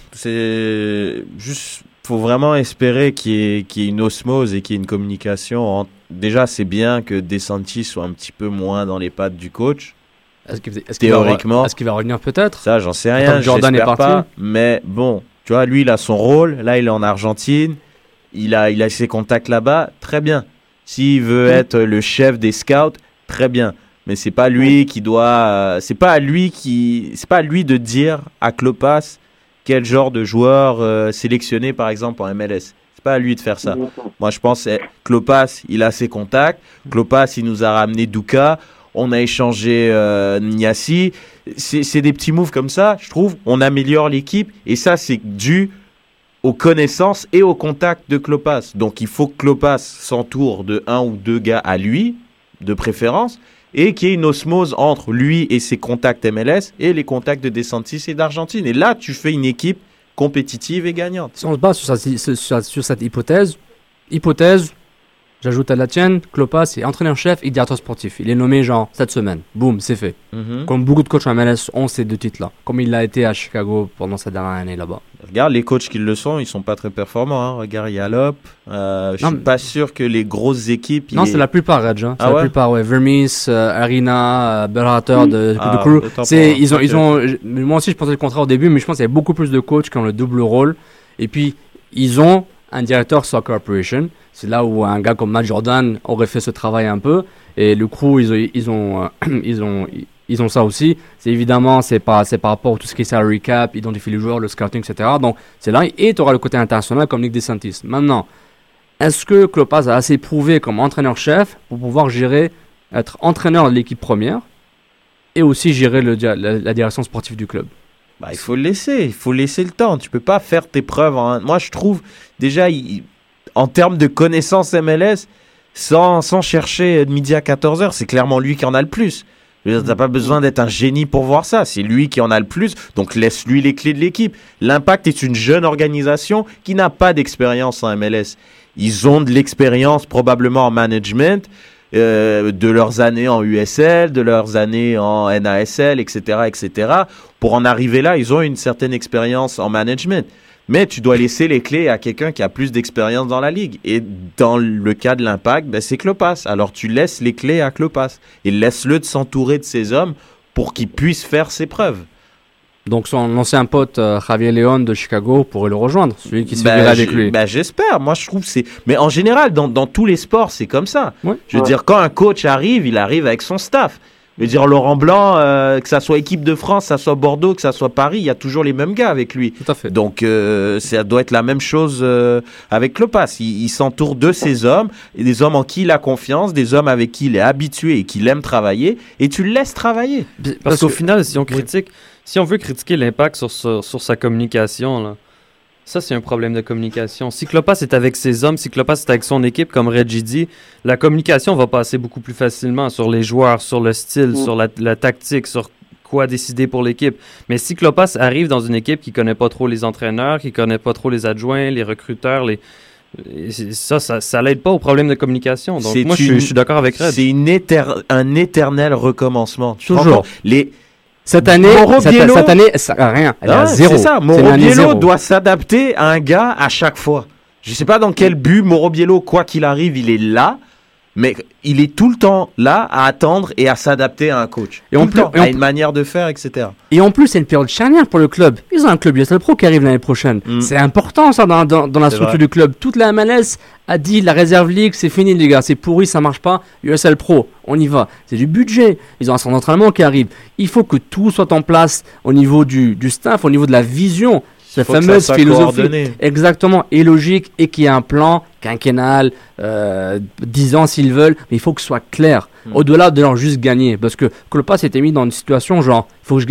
c'est juste... Faut vraiment espérer qu'il y ait, qu'il y ait une osmose et qu'il y ait une communication. En... Déjà, c'est bien que De Santis soit un petit peu moins dans les pattes du coach. Est-ce qu'il, est-ce Théoriquement. Qu'il va, est-ce qu'il va revenir peut-être? Ça, j'en sais rien. Jordan est parti. Pas, mais bon, tu vois, lui, il a son rôle. Là, il est en Argentine. Il a, il a ses contacts là-bas. Très bien. S'il veut mmh. être le chef des scouts, très bien. Mais c'est pas lui qui doit, euh, c'est pas à lui qui, c'est pas à lui de dire à Klopas quel genre de joueur euh, sélectionner par exemple en M L S. C'est pas à lui de faire ça. Moi, je pense que Klopas, il a ses contacts. Klopas, il nous a ramené Douka. On a échangé euh, Niassi. C'est, c'est des petits moves comme ça, je trouve. On améliore l'équipe et ça, c'est dû aux connaissances et aux contacts de Klopas. Donc, il faut que Klopas s'entoure de un ou deux gars à lui, de préférence, et qu'il y ait une osmose entre lui et ses contacts M L S et les contacts de De Santis et d'Argentine. Et là, tu fais une équipe compétitive et gagnante. Si on se base sur, sa, sur, sur cette hypothèse, hypothèse, j'ajoute à la tienne, Klopas est entraîneur-chef et directeur sportif. Il est nommé genre cette semaine. Boum, c'est fait. Mm-hmm. Comme beaucoup de coachs en M L S ont ces deux titres-là. Comme il l'a été à Chicago pendant sa dernière année là-bas. Regarde, les coachs qui le sont, ils sont pas très performants. Hein. Regarde Yalop. Euh, je suis mais... pas sûr que les grosses équipes... Non, est... c'est la plupart, Reg. Hein. C'est ah la ouais? plupart, ouais. Vermes, euh, Arena, euh, Berhater de, ah, de Crew. C'est, ils ont, okay. ils ont, moi aussi, je pensais le contraire au début, mais je pense qu'il y a beaucoup plus de coachs qui ont le double rôle. Et puis, ils ont un directeur Soccer Operation. C'est là où un gars comme Matt Jordan aurait fait ce travail un peu. Et le Crew, ils ont... Ils ont, euh, ils ont ils, Ils ont ça aussi. C'est évidemment, c'est, pas, c'est par rapport à tout ce qui est salary cap, identifier les joueurs, le scouting, et cetera. Donc, c'est là. Et tu auras le côté international comme Nick De Santis. Maintenant, est-ce que Klopas a assez prouvé comme entraîneur-chef pour pouvoir gérer, être entraîneur de l'équipe première et aussi gérer le, la, la direction sportive du club? Bah, il faut le laisser. Il faut laisser le temps. Tu peux pas faire tes preuves. En... Moi, je trouve, déjà, il, en termes de connaissances M L S, sans, sans chercher de midi à quatorze heures, c'est clairement lui qui en a le plus. Tu n'as pas besoin d'être un génie pour voir ça. C'est lui qui en a le plus. Donc, laisse-lui les clés de l'équipe. L'Impact est une jeune organisation qui n'a pas d'expérience en M L S. Ils ont de l'expérience probablement en management, euh, de leurs années en U S L, de leurs années en N A S L, et cetera, et cetera. Pour en arriver là, ils ont une certaine expérience en management. Mais tu dois laisser les clés à quelqu'un qui a plus d'expérience dans la ligue. Et dans le cas de l'Impact, ben c'est Klopas. Alors tu laisses les clés à Klopas. Et laisse-le de s'entourer de ses hommes pour qu'il puisse faire ses preuves. Donc son ancien pote euh, Javier León de Chicago pourrait le rejoindre, celui qui se ben, figurait avec lui. Ben j'espère. Moi je trouve que c'est... Mais en général, dans, dans tous les sports, c'est comme ça. Ouais. Je veux ouais. dire, quand un coach arrive, il arrive avec son staff. Je veux dire, Laurent Blanc, euh, que ça soit équipe de France, que ça soit Bordeaux, que ça soit Paris, il y a toujours les mêmes gars avec lui. Tout à fait. Donc, euh, ça doit être la même chose euh, avec Klopas. Il, il s'entoure de ses hommes, et des hommes en qui il a confiance, des hommes avec qui il est habitué et qu'il aime travailler, et tu le laisses travailler. Parce, Parce qu'au que... final, si on critique, oui. si on veut critiquer l'Impact sur, sur, sur sa communication, là, ça, c'est un problème de communication. Si Klopas est avec ses hommes, si Klopas est avec son équipe, comme Reggie dit, la communication va passer beaucoup plus facilement sur les joueurs, sur le style, mmh. sur la, la tactique, sur quoi décider pour l'équipe. Mais si Klopas arrive dans une équipe qui ne connaît pas trop les entraîneurs, qui ne connaît pas trop les adjoints, les recruteurs, les... ça, ça, ça l'aide pas au problème de communication. Donc, c'est moi, une... je, je suis d'accord avec Red. C'est une éter... un éternel recommencement. Toujours. Les... Cette année, cette, cette année, ça a rien. Elle ah, est à zéro. C'est ça. Mauro Biello doit s'adapter à un gars à chaque fois. Je sais pas dans quel but Mauro Biello, quoi qu'il arrive, il est là. Mais il est tout le temps là à attendre et à s'adapter à un coach. Et tout en plus, temps, et à une manière de faire, et cetera. Et en plus, c'est une période charnière pour le club. Ils ont un club U S L Pro qui arrive l'année prochaine. Mm. C'est important, ça, dans, dans, dans la c'est structure vrai. Du club. Toute la M L S a dit, la Reserve League, c'est fini, les gars. C'est pourri, ça marche pas. U S L Pro, on y va. C'est du budget. Ils ont un centre d'entraînement qui arrive. Il faut que tout soit en place au niveau du, du staff, au niveau de la vision. Cette fameuse philosophie, exactement, et logique, et qu'il y ait un plan quinquennal, euh, dix ans s'ils veulent, mais il faut que ce soit clair, mm. au-delà de leur juste gagner, parce que Klopas s'était mis dans une situation genre, il faut que je gagne,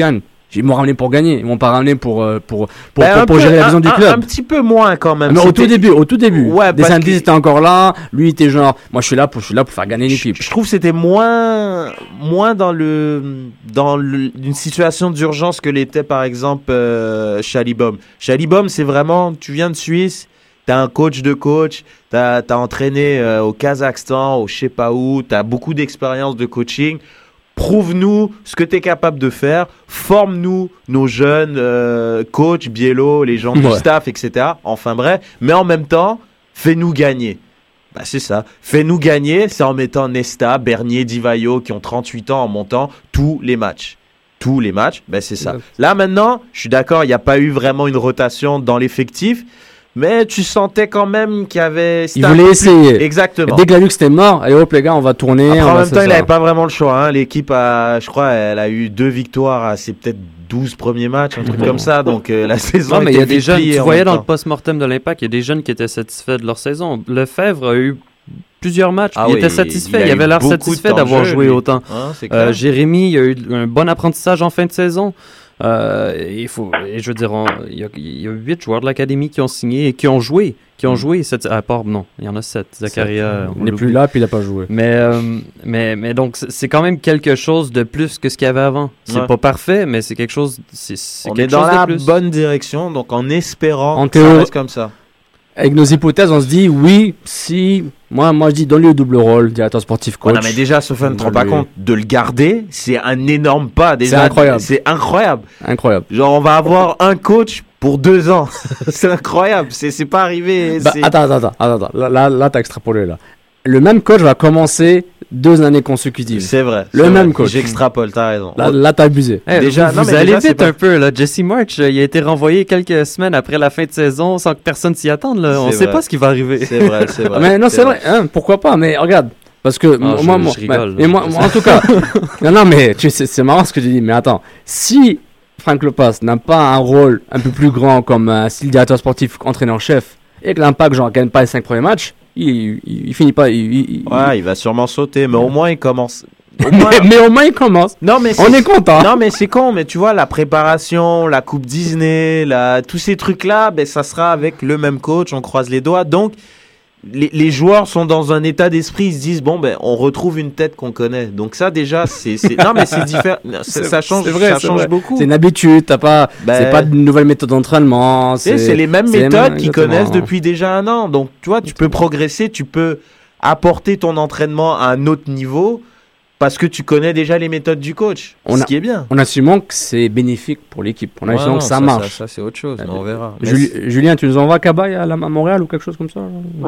Ils m'ont ramené pour gagner, ils m'ont pas ramené pour euh, pour pour, Ben, pour, un pour peu- gérer la vision un- du un- club. un petit peu moins quand même. Mais au C'était- tout début, au tout début. Ouais, Des parce Saintis que- étaient encore là, lui il était genre, moi je suis là pour je suis là pour faire gagner l'équipe. Je trouve que c'était moins, moins dans le, dans le, une situation d'urgence que l'était par exemple euh, Chalibom. Chalibom, c'est vraiment, tu viens de Suisse, t'as un coach de coach, t'as as entraîné euh, au Kazakhstan, au je sais pas où, t'as beaucoup d'expérience de coaching. Prouve-nous ce que tu es capable de faire, forme-nous nos jeunes euh, coachs, Biello, les gens du Ouais. staff, et cetera. Enfin bref, mais en même temps, fais-nous gagner. Bah, c'est ça. Fais-nous gagner, c'est en mettant Nesta, Bernier, Divayo qui ont trente-huit ans en montant tous les matchs. Tous les matchs, bah, c'est ça. Ouais. Là maintenant, je suis d'accord, il n'y a pas eu vraiment une rotation dans l'effectif, mais tu sentais quand même qu'il y avait... Il c'était un voulait peu plus- essayer. Exactement. Dès qu'il a vu que c'était mort, allez hop les gars, on va tourner. Après, on en va- même c'est temps, il ça. n'avait pas vraiment le choix. Hein. L'équipe, a, je crois, elle a eu deux victoires à ses peut-être douze premiers matchs, un truc comme ça. Donc euh, la saison Non, mais il y a était des vite jeunes, pliée tu en voyais même dans temps. le post-mortem de l'Impact, il y a des jeunes qui étaient satisfaits de leur saison. Lefebvre a eu plusieurs matchs, Ah puis il oui, était satisfait, il a il, eu avait l'air beaucoup de satisfait temps de d'avoir jeu, joué lui. autant. Hein, c'est Euh, clair. Jérémy, il a eu un bon apprentissage en fin de saison. Euh, il faut, et je veux dire, on- il y a- il y a huit joueurs de l'académie qui ont signé et qui ont joué, qui ont joué cette, à part non, il y en a sept. Zacharia, on Il n'est l'oublie. plus là, puis il a pas joué. Mais, euh, mais, mais donc, c'est- c'est quand même quelque chose de plus que ce qu'il y avait avant. C'est Ouais. pas parfait, mais c'est quelque chose, c'est c'est On est quelque dans chose la de plus. bonne direction, donc en espérant En que ça théorie- reste comme ça. Avec nos hypothèses, on se dit oui, si. Moi, moi je dis donne-lui le double rôle, directeur sportif coach. Ouais, non, mais déjà, Sofiane, ne te rends pas Donne-lui- compte de le garder, c'est un énorme pas. Déjà, C'est incroyable. C'est incroyable. Incroyable. Genre, on va avoir un coach pour deux ans. C'est incroyable. C'est c'est pas arrivé. Bah, c'est- attends, attends, attends, attends, attends. Là, là, là, t'as extrapolé là. Le même coach va commencer deux années consécutives. C'est vrai. Le c'est même vrai. coach. J'extrapole, t'as raison. Là, là t'as abusé. Eh, Déjà- vous, non, vous mais allez déjà, c'est vite pas- un peu là. Jesse March, euh, il a été renvoyé quelques semaines après la fin de saison sans que personne s'y attende. Là. On C'est sait vrai. pas ce qui va arriver. C'est vrai, c'est vrai. Mais non, c'est vrai. Hein, pourquoi pas? Mais regarde. Parce que Ah, moi, je- moi, je rigole, mais moi, je moi, en tout cas, non, non, mais tu sais, c'est marrant ce que j'ai dit. Mais attends, si Frank Lopas n'a pas un rôle un peu plus grand comme un style directeur sportif, entraîneur-chef, et que l'Impact genre gagne pas les cinq premiers matchs, il, il, il finit pas. Il, il- Ouais, il va sûrement sauter, mais au moins il commence. Au mais, moins- mais au moins il commence. Non, mais On c'est- est content. Non, mais c'est con, mais tu vois, la préparation, la Coupe Disney, la... tous ces trucs-là, ben, ça sera avec le même coach, on croise les doigts. Donc, les, les joueurs sont dans un état d'esprit, ils se disent, bon, ben, on retrouve une tête qu'on connaît. Donc, ça, déjà, c'est. c'est- Non, mais c'est différent. Ça, C'est- ça change, c'est vrai, ça c'est change vrai. beaucoup. C'est une habitude, t'as pas, Ben- c'est pas de nouvelles méthodes d'entraînement. Tu sais, c'est les mêmes c'est les méthodes mêmes- qu'ils exactement. connaissent depuis déjà un an. Donc, tu vois, tu peux progresser, tu peux apporter ton entraînement à un autre niveau parce que tu connais déjà les méthodes du coach. On ce a- qui est bien. On assume que c'est bénéfique pour l'équipe. On Ouais, assume non, que ça, ça, marche. ça, ça, c'est autre chose, mais on verra. Juli- Julien, tu nous envoies Cabaye à, la- à Montréal ou quelque chose comme ça?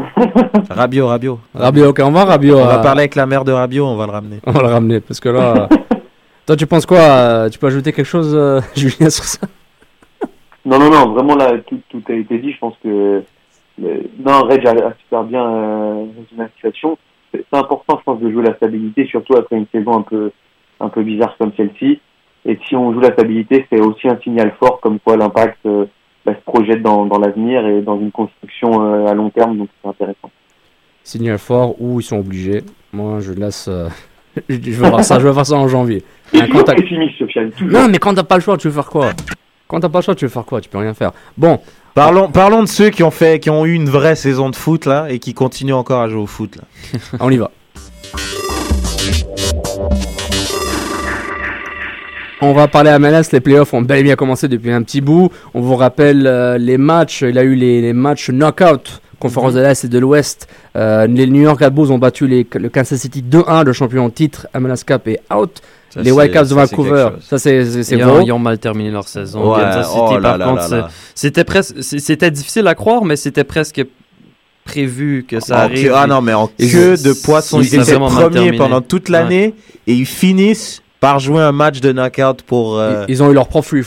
Rabio, Rabio. Rabio, ok, on va Rabio. On va euh, parler avec la mère de Rabio, on va le ramener. On va le ramener parce que là. euh, Toi, tu penses quoi? euh, Tu peux ajouter quelque chose, euh, Julien, sur ça? Non, non, non, vraiment là, tout, tout a été dit. Je pense que le- non, Reg a, a super bien euh, résumé la situation. C'est c'est important, je pense, de jouer la stabilité, surtout après une saison un peu, un peu bizarre comme celle-ci. Et si on joue la stabilité, c'est aussi un signal fort, comme quoi l'Impact euh, bah, se projette dans, dans l'avenir et dans une construction euh, à long terme. Donc c'est intéressant. Signal fort ou ils sont obligés. Moi, je laisse. euh, je je veux voir ça. Je veux voir ça en janvier. Un Toujours contact- pessimiste, Sofiane. Toujours. Non, mais quand t'as pas le choix, tu veux faire quoi? Quand t'as pas le choix, tu veux faire quoi? Tu peux rien faire. Bon, Parlons, parlons de ceux qui ont fait, qui ont eu une vraie saison de foot là et qui continuent encore à jouer au foot là. on y va. On va parler à M L S. Les playoffs ont bel et bien commencé depuis un petit bout. On vous rappelle euh, les matchs. Il a eu les, les matchs knockout. Conférence de l'Est et de l'Ouest. Euh, les New York Red Bulls ont battu les, le Kansas City deux un, le champion en titre. M L S Cup est out. Ça, les c'est- Whitecaps de ça, c'est Vancouver, quelque chose. ça c'est c'est- c'est Ils beau. ont, ils ont mal terminé leur saison. Ouais, Kansas City, oh là par là contre, là c'est- là. c'était presque, c'est- c'était difficile à croire, mais c'était presque prévu que ça En arrive. queue- ah non, mais en Ils- queue de poisson, ils- ils ils- étaient vraiment mal premiers terminé. pendant toute l'année et ils finissent par jouer un match de knockout pour. euh, Ils, ils ont eu leur propre free fall.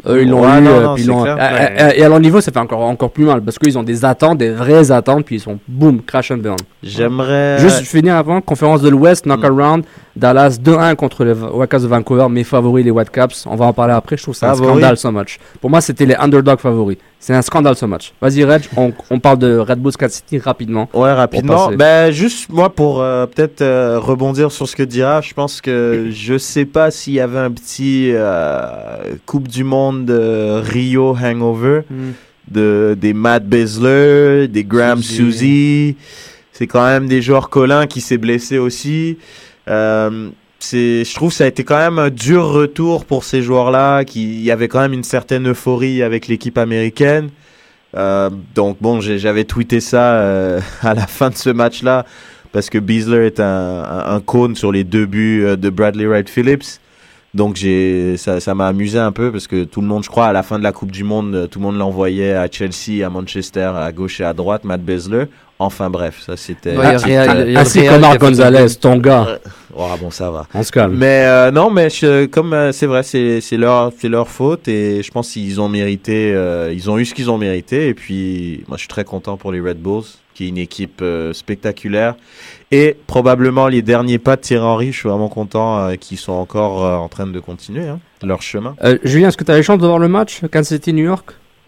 Eux, ils l'ont Ouais, eu, non, euh, non, puis c'est ils l'ont- clair. euh, Ouais. euh, et à leur niveau, ça fait encore, encore plus mal parce qu'ils ont des attentes, des vraies attentes, puis ils sont boum, crash and burn. J'aimerais. Juste finir avant, conférence de l'Ouest, knock-around, Dallas deux un contre les Wildcats de Vancouver, mes favoris, les Whitecaps. On va en parler après, je trouve que c'est un Favoris. scandale ce match. Pour moi, c'était les underdogs favoris. C'est un scandale ce match. Vas-y, Reg, on, on parle de Red Bulls Kansas City rapidement. Ouais, rapidement. passer. Ben, juste moi pour euh, peut-être euh, rebondir sur ce que dira, je pense que je sais pas s'il y avait un petit euh, Coupe du Monde euh, Rio hangover Mm. de des Matt Besler, des Graham Suzy. Suzy. C'est quand même des joueurs Colin qui s'est blessé aussi. Euh, c'est, je trouve que ça a été quand même un dur retour pour ces joueurs-là, qui il y avait quand même une certaine euphorie avec l'équipe américaine. Euh, donc bon, j'ai- j'avais tweeté ça euh, à la fin de ce match-là parce que Beasler est un, un, un cône sur les deux buts euh, de Bradley Wright Phillips. Donc j'ai ça, ça m'a amusé un peu parce que tout le monde, je crois, à la fin de la Coupe du Monde, euh, tout le monde l'envoyait à Chelsea, à Manchester, à gauche et à droite, Matt Besler. Enfin bref, ça c'était. Ouais, il y a Real- il y a Ainsi Real que qui a Marc fait le Gonzalez, but. ton gars. Ouais. Oh, bon, ça va. On se calme. Mais euh, non, mais je- comme euh, c'est vrai, c'est c'est leur c'est leur faute et je pense qu'ils ont mérité, euh, ils ont eu ce qu'ils ont mérité et puis moi je suis très content pour les Red Bulls, qui est une équipe euh, spectaculaire et probablement les derniers pas de Thierry Henry. Je suis vraiment content euh, qu'ils sont encore euh, en train de continuer hein, leur chemin. Euh, Julien, est-ce que tu as eu la chance de voir le match Kansas City-New York?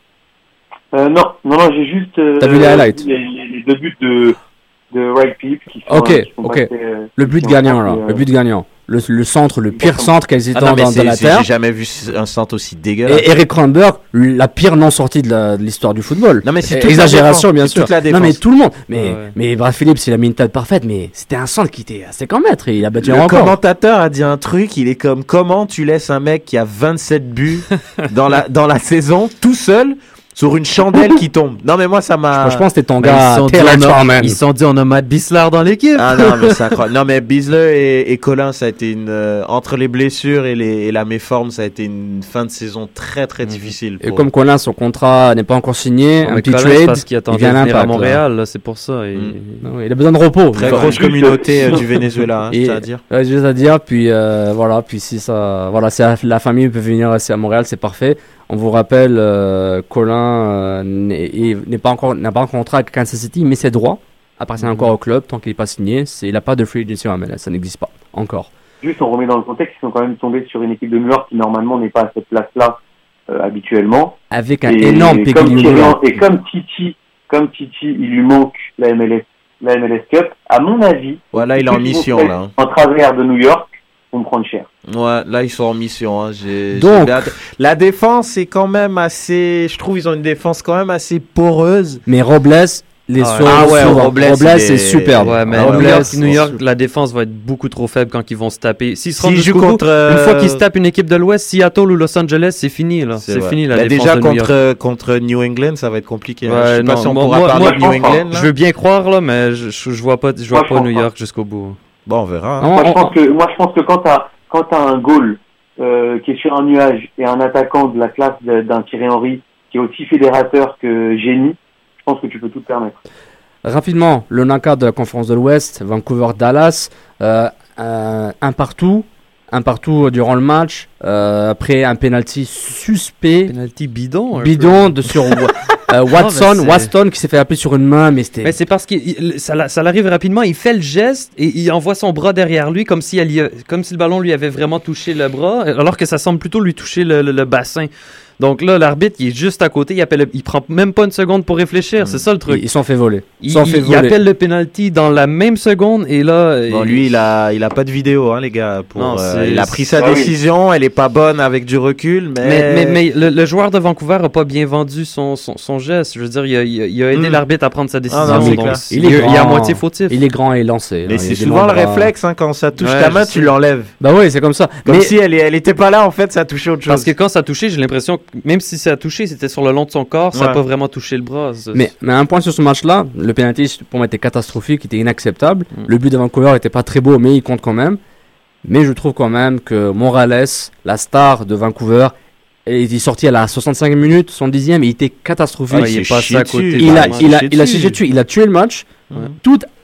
Euh, non, non, non, j'ai juste euh, T'as vu les highlights? les, les- les deux buts de, de Wright Phillips qui sont, Ok, qui sont ok. passés, euh, Le but qui sont gagnant, là. passés, euh, Le but gagnant. Le, le centre, le pire centre quasi Ah dans, non, mais dans, c'est- de la c'est- terre. j'ai jamais vu un centre aussi dégueulasse. Et Eric Kronberg, la pire non sortie de la- de l'histoire du football. Non, mais c'est Et- toute la exagération, défense, bien c'est sûr. toute la non mais défense. tout le monde. Mais Ouais, ouais. mais Brad Phillips, il a mis une tête parfaite, mais c'était un centre qui était à cinquante mètres et il a battu un Le record. commentateur a dit un truc, il est comme comment tu laisses un mec qui a vingt-sept buts dans la dans la saison tout seul sur une chandelle qui tombe. Non mais moi ça m'a. Je pense que c'était ton Mais gars, ils se sont dit, Taylor on a- Twellman. ils se sont dit on a Matt Bislar dans l'équipe. Ah non mais c'est incroyable. Non mais Beasler et, et Colin, ça a été une euh, entre les blessures et, les, et la méforme, ça a été une fin de saison très très difficile. Et pour comme Colin, son contrat n'est pas encore signé, Non, un mais petit Colin, c'est trade, parce qu'il attendait il vient à de venir à l'Impact, là. Montréal, là, c'est pour ça. et- Non, il a besoin de repos. Très Voilà. grosse communauté euh, du Venezuela, hein, Et- c'est à dire. ouais, juste à dire. Puis euh, voilà, puis si ça, voilà, si la, la famille peut venir ici à Montréal, c'est parfait. On vous rappelle, euh, Colin euh, n'est est- n'est pas encore, n'a pas un contrat avec Kansas City, mais ses droits appartiennent encore au club tant qu'il n'est pas signé. C'est, il n'a pas de free agency en M L S, ça n'existe pas encore. Juste, on remet dans le contexte, ils sont quand même tombés sur une équipe de New York qui normalement n'est pas à cette place-là euh, habituellement. Avec un Et énorme comme Peggy Thierry- Louis. Et comme Titi, comme Titi, il lui manque la M L S, la M L S Cup. À mon avis, Voilà, il est en ceux qui vont mission se mettre là. hein. En travers de New York, vont prendre cher. Ouais, là ils sont en mission. Hein. J'ai, Donc- j'ai bien hâte. La défense est quand même assez. Je trouve ils ont une défense quand même assez poreuse. Mais Robles, les Ah ouais. sauts, Ah ouais, souvent. Robles, Robles, il est- c'est superbe. Ouais, mais Robles, New York, c'est New York, super. la défense va être beaucoup trop faible quand ils vont se taper. S'ils se rendent S'ils jusqu'au jouent bout, contre, euh, une fois qu'ils se tapent une équipe de l'Ouest, Seattle ou Los Angeles, c'est fini là. C'est, vrai. fini la Bah, défense déjà de New York. contre euh, contre New England, ça va être compliqué. hein. Ouais, je sais pas non, si on moi- pourra moi- parler moi, de New England. là. Je veux bien croire là, mais je, je, je vois pas, je vois Moi, je pas pense New pas. York jusqu'au bout. Bon, on verra. hein. Non, Moi, on- je pense que, moi, je pense que quand t'as, quand t'as un goal, euh, qui est sur un nuage et un attaquant de la classe de- d'un Thierry Henry qui est aussi fédérateur que génie, je pense que tu peux tout te permettre. Rapidement, le knockout de la conférence de l'Ouest, Vancouver-Dallas, euh, euh, un partout, un partout durant le match, euh, après un penalty suspect, Penalty bidon. un bidon peu. de sur euh, Watson, mais c'est- Watson qui s'est fait appeler sur une main, mais c'était. Mais c'est parce que il- ça, l'a- ça l'arrive rapidement, il fait le geste et il envoie son bras derrière lui comme si, elle y a- comme si le ballon lui avait vraiment touché le bras, alors que ça semble plutôt lui toucher le, le- le bassin. Donc là, l'arbitre, il est juste à côté, il, appelle le- il prend même pas une seconde pour réfléchir, c'est ça le truc. Ils sont fait voler. Ils Il, sont il- fait il voler. appelle le penalty dans la même seconde et là... Bon, il- lui, il a, il a pas de vidéo, hein, les gars. Pour, Non, euh, c'est- il a pris sa Ah oui. décision, elle est pas bonne avec du recul, mais. Mais, mais, mais le, le joueur de Vancouver a pas bien vendu son, son, son geste. Je veux dire, il a, il a- il a aidé Mm. l'arbitre à prendre sa décision. Ah non, c'est donc clair. il, Il est est, il est à grand. moitié fautif. Il est grand et lancé. Mais hein, c'est il a des souvent le longs bras. réflexe, hein, quand ça touche Ouais, ta main, je tu sais. l'enlèves. Bah oui, c'est comme ça. Comme Mais si elle, est- elle était pas là, en fait, ça touchait autre chose. Parce que quand ça a touché, j'ai l'impression que même si ça a touché, c'était sur le long de son corps, ça n'a Ouais. pas vraiment touché le bras. C'est- Mais, mais un point sur ce match-là, le penalty pour moi était catastrophique, était inacceptable. Mm. Le but de Vancouver était pas très beau, mais il compte quand même. Mais je trouve quand même que Morales, la star de Vancouver, il est sorti à la soixante-cinq minutes, son dixième, et il était catastrophique. Ah, il est s'est passé chié à côté. dessus. il, a, vraiment il, a, chié il a dessus. chié dessus, il a tué le match. Ouais. Tout,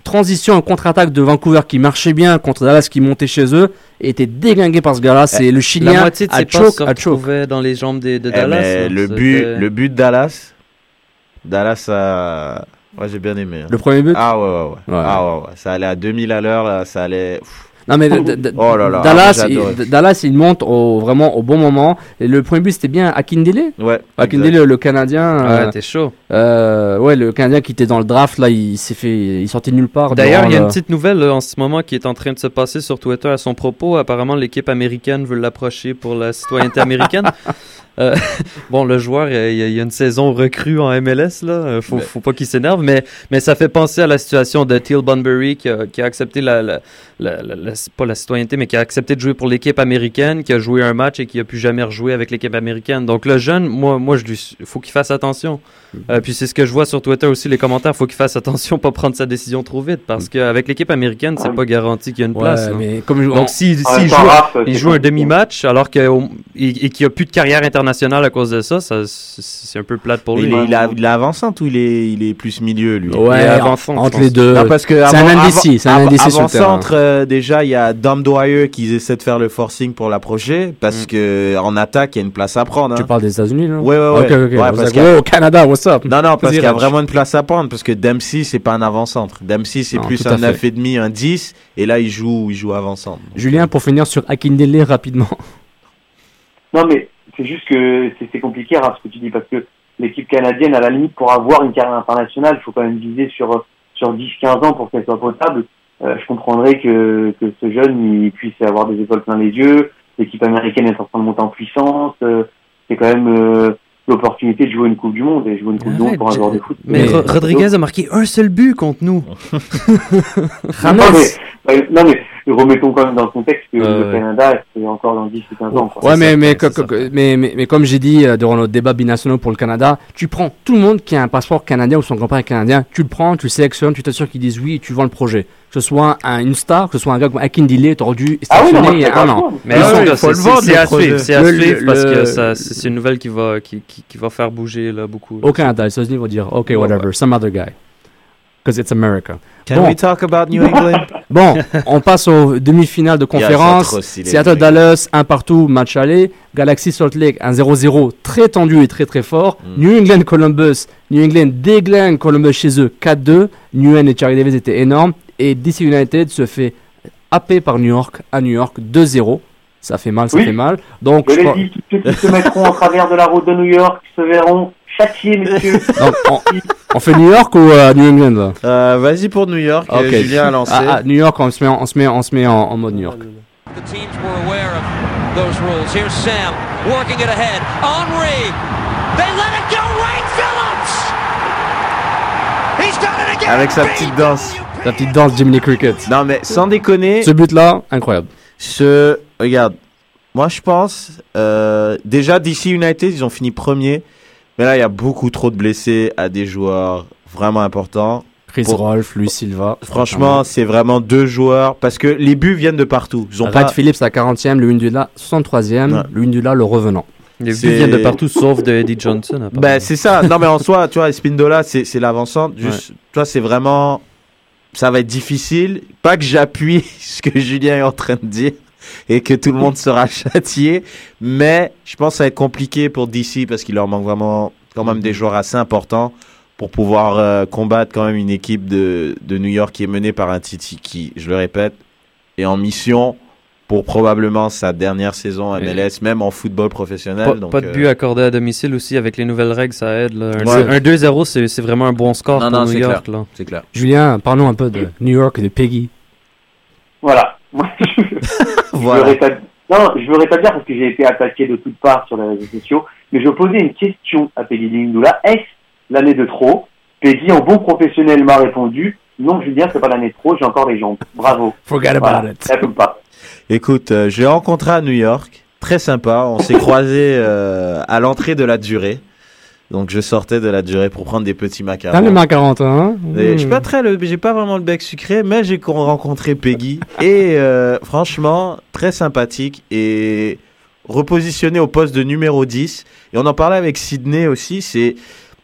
transition et contre-attaque de Vancouver qui marchait bien contre Dallas qui montait chez eux et était déglingué par ce gars-là. C'est le Chilien La moitié de à ses passes choke, se à choke. retrouvaient dans les jambes de, de Eh, Dallas. mais hein, le, c'était- but, le but de Dallas, Dallas a... Ouais, j'ai bien aimé. hein. Le premier but Ah ouais, ouais, ouais. Ouais. Ah ouais, ouais. Ça allait à deux mille à l'heure, là, ça allait... Pff. Non mais d- d- Oh là là, Dallas, ah, j'ai adoré. il, Dallas, il monte au, vraiment au bon moment. Et le premier but, c'était bien Akindele. Ouais. Akindele, le, le Canadien. Ouais, euh, t'es chaud. euh, ouais, le Canadien qui était dans le draft là, il s'est fait, il sortait de nulle part. D'ailleurs, durant il y a le- une petite nouvelle là, en ce moment qui est en train de se passer sur Twitter à son propos. Apparemment, l'équipe américaine veut l'approcher pour la citoyenneté américaine. Euh, bon, le joueur, il y, a, il y a une saison recrue en M L S, là. Euh, Faut, Mais- faut pas qu'il s'énerve, mais, mais ça fait penser à la situation de Teal Bunbury qui a, qui a accepté la, la, la, la- la- pas la citoyenneté, mais qui a accepté de jouer pour l'équipe américaine, qui a joué un match et qui a pu jamais rejouer avec l'équipe américaine. Donc le jeune, moi, moi, je lui, faut qu'il fasse attention. Euh, puis c'est ce que je vois sur Twitter aussi, les commentaires, faut qu'il fasse attention, pas prendre sa décision trop vite, parce qu'avec l'équipe américaine, c'est pas garanti qu'il y a une Ouais, place. hein. mais comme je- Donc s'il En s'il même temps, joue, Raph, il c'est joue un compliqué. demi-match alors que, au- et, et qu'il n'y a plus de carrière internationale à cause de ça, ça c'est c'est un peu plate pour Mais lui. il, est, il, a, il est avant-centre ou il est, il est plus milieu, lui? Ouais, Il est en- avant-centre, entre je les pense. deux. Non, parce que c'est avant- un indécis, c'est un avant- indécis sur avant le terrain. centre, euh, déjà, il y a Dom Dwyer qui essaie de faire le forcing pour l'approcher parce Mm. que en attaque, il y a une place à prendre. Tu hein. parles des États-Unis là? Ouais, ouais, ouais. Ok, ok. Ouais, I was parce like, qu'il y a- wow, Canada, what's up? Non, non, parce Vas-y, qu'il y a Raj. vraiment une place à prendre parce que Dempsey, c'est pas un avant-centre. Dempsey, c'est Non, plus tout à un fait. neuf virgule cinq, un dix, et là, il joue, il joue avant-centre. Julien, pour finir sur Akindele rapidement. Non, mais c'est juste que c'est c'est compliqué, hein, ce que tu dis, parce que l'équipe canadienne, à la limite, pour avoir une carrière internationale, il faut quand même viser sur, sur dix quinze ans pour qu'elle soit potable. Euh, je comprendrais que, que ce jeune, il puisse avoir des étoiles plein les yeux. L'équipe américaine est en train de monter en puissance. Euh, c'est quand même euh, l'opportunité de jouer une Coupe du Monde, et jouer une Coupe du Monde pour un joueur de foot. Mais c'est- Ro- Rodriguez a marqué un seul but contre nous. Non, mais, euh, non, mais remettons quand même dans le contexte que Euh, le ouais. Canada, c'est encore dans dix ou quinze ans. quoi. Ouais, mais, C'est mais, ça, co- c'est co- ça. mais, mais, mais comme j'ai dit euh, durant notre débat binational pour le Canada, tu prends tout le monde qui a un passeport canadien ou son grand-père est canadien, tu le prends, tu le sélectionnes, tu t'assures qu'ils disent oui et tu vends le projet. Que ce soit un, une star, que ce soit un gars comme Akindele, t'aurais dû Ah oui, non, sélectionner moi, il y je a suis un d'accord. an. Mais Ils en sont- tout cas, faut le c'est- vendre, c'est le à projet. suivre, c'est à Le- suivre parce le- que ça, c'est c'est une nouvelle qui va, qui, qui, qui va faire bouger là, beaucoup. Au Canada, les États-Unis vont dire, ok, whatever, some other guy. Because it's America. Can Bon. we talk about New England? Bon, on passe aux demi-finales de Yeah, conférence. c'est trop stylé, Seattle New England. Dallas, un partout, match aller. Galaxy Salt Lake, un zéro zéro, très tendu et très très fort. New England Columbus, New England déglingue Columbus chez eux, quatre deux. New England et Charlie Davis étaient énormes. Et D C United se fait happer par New York à New York, deux zéro. Ça fait mal, ça Oui. fait mal. Donc, Je je l'ai crois- dit, tous ceux qui se mettront en travers de la route de New York se verront châtiés, messieurs. donc, on, on fait New York ou euh, New England là? Euh, Vas-y pour New York. euh, Ok. Julien a lancé. Ah, ah, New York, on se met, en- on se met, on se met en, en mode New York. The teams were aware of those rules. Here's Sam working it ahead. Henry! They let it go! Wade Phillips! He's done it again! Avec sa petite danse. La petite danse Jiminy Cricket. Non, mais sans déconner. Ce but-là, incroyable. Ce, regarde, moi je pense, euh, déjà D C United, ils ont fini premier, mais là il y a beaucoup trop de blessés à des joueurs vraiment importants. Chris Pour- Rolfe, Luis Silva. Franchement, c'est vraiment deux joueurs, parce que les buts viennent de partout. Ils ont Red pas... Phillips à quarantième, le Windula soixante-troisième, Ouais. le Windula le revenant. Les buts C'est- viennent de partout sauf de Eddie Johnson. apparemment. Ben c'est ça. Non mais en soi, tu vois, Espindola, c'est c'est l'avancante. Juste, tu vois, c'est vraiment, ça va être difficile. Pas que j'appuie ce que Julien est en train de dire et que tout le monde sera châtié, mais je pense que ça va être compliqué pour D C parce qu'il leur manque vraiment quand même des joueurs assez importants pour pouvoir euh, combattre quand même une équipe de de New York qui est menée par un Titi qui, je le répète, est en mission pour probablement sa dernière saison M L S, même en football professionnel. Pas, donc, pas de euh, but accordé à domicile aussi avec les nouvelles règles, ça aide. Là. Un, Ouais. un deux zéro, c'est c'est vraiment un bon score Non, pour non, New c'est York. clair. Là. C'est clair. Julien, parlons un peu de New York et de Peggy. Voilà. Moi, je, Voilà. je veux rétablir, non, je veux rétablir parce que j'ai été attaqué de toutes parts sur les réseaux sociaux, mais je posais une question à Peggy Lingula. Est-ce l'année de trop? Peggy, en bon professionnel, m'a répondu, non, Julien, c'est pas l'année de trop, j'ai encore les jambes. Bravo. Forget Voilà. about it. Ça tombe pas. Écoute, euh, je l'ai rencontré à New York, très sympa. On s'est croisés euh, à l'entrée de la durée. Donc je sortais de la durée pour prendre des petits macarons. T'as le macaron, hein? Et je suis pas très, le, j'ai pas vraiment le bec sucré, mais j'ai con- rencontré Peggy et euh, franchement très sympathique et repositionné au poste de numéro dix. Et on en parlait avec Sydney aussi. C'est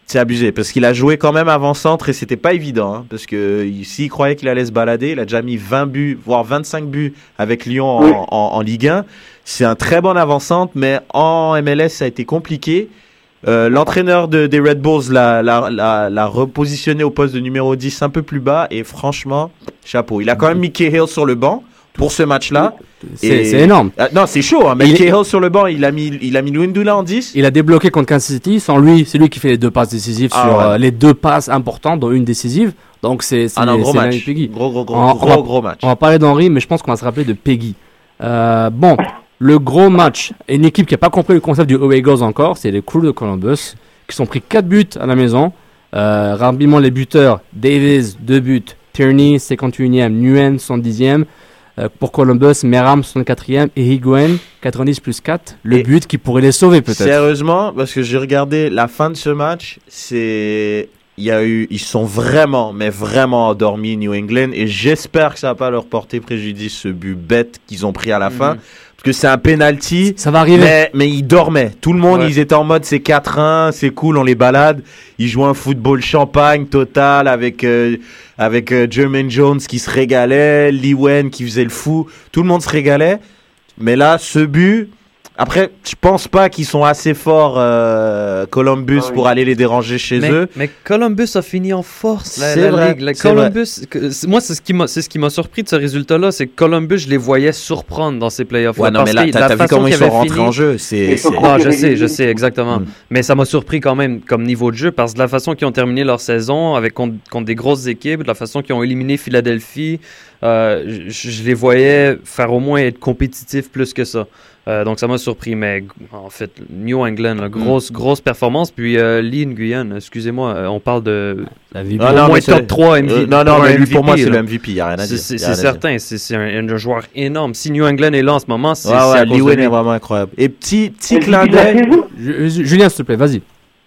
c'est abusé parce qu'il a joué quand même avant-centre et c'était pas évident hein, parce que il, s'il croyait qu'il allait se balader, il a déjà mis vingt buts, voire vingt-cinq buts avec Lyon en, oui. en, en Ligue un. C'est un très bon avant-centre, mais en M L S ça a été compliqué. Euh, l'entraîneur de, des Red Bulls l'a, l'a, l'a, l'a repositionné au poste de numéro dix un peu plus bas et franchement, chapeau. Il a quand même mis Cahill sur le banc pour ce match-là. C'est, et... c'est énorme. Ah, non, c'est chaud. Hein, mais Cahill est... sur le banc, il a mis, il a mis Lwindula en dix. Il a débloqué contre Kansas City. Sans lui, c'est lui qui fait les deux passes décisives ah, sur ouais. euh, les deux passes importantes, dont une décisive. Donc c'est, c'est, ah, non, gros c'est match. Peggy. Gros, gros, gros, on, gros, on va, gros match. On va parler d'Henry, mais je pense qu'on va se rappeler de Peggy. Euh, bon, le gros match. Une équipe qui n'a pas compris le concept du Away Goals encore, c'est les Crew de Columbus, qui sont pris quatre buts à la maison. Euh, rapidement, les buteurs, Davis, deux buts. Tierney, cinquante et unième. Nguyen, soixante-dixième. Euh, pour Columbus, Meram, soixante-quatrième. Et Higuain, quatre-vingt-dix plus quatre. Le et but qui pourrait les sauver, peut-être. Sérieusement, parce que j'ai regardé la fin de ce match, c'est... Il y a eu, ils sont vraiment, mais vraiment endormis, New England, et j'espère que ça va pas leur porter préjudice, ce but bête qu'ils ont pris à la mmh. fin. Parce que c'est un penalty. Ça va arriver. Mais, mais ils dormaient. Tout le monde, ouais. ils étaient en mode c'est quatre un, c'est cool, on les balade. Ils jouent un football champagne total avec, euh, avec euh, Jermaine Jones qui se régalait, Lee Wen qui faisait le fou. Tout le monde se régalait. Mais là, ce but, après, je pense pas qu'ils sont assez forts, euh, Columbus, ah oui. pour aller les déranger chez mais, eux. Mais Columbus a fini en force, la, c'est la vrai, Ligue. La c'est Columbus, que, moi, c'est ce, qui m'a, c'est ce qui m'a surpris de ce résultat-là, c'est que Columbus, je les voyais surprendre dans ces playoffs. Ouais, non, mais là, t'as, t'as vu comment ils sont rentrés fini... en jeu. C'est, c'est... Non, je sais, je sais, exactement. Mm. Mais ça m'a surpris quand même comme niveau de jeu, parce que de la façon qu'ils ont terminé leur saison, avec contre, contre des grosses équipes, de la façon qu'ils ont éliminé Philadelphie, euh, je, je les voyais faire au moins être compétitifs plus que ça. Euh, donc ça m'a surpris, mais en fait, New England, là, grosse, mm. grosse performance. Puis euh, Lee Nguyen, excusez-moi, euh, on parle de la V P. Ah, au non, moins top trois M V P. Euh, non, non, mais lui, M V P, pour moi, c'est là. le M V P, il n'y a rien à dire. C'est, c'est certain, c'est, c'est un, un joueur énorme. Si New England est là en ce moment, c'est, ouais, c'est ouais, à cause Lee de Wen lui. est vraiment incroyable. Et petit, petit clin d'œil. Julien, s'il te plaît, vas-y.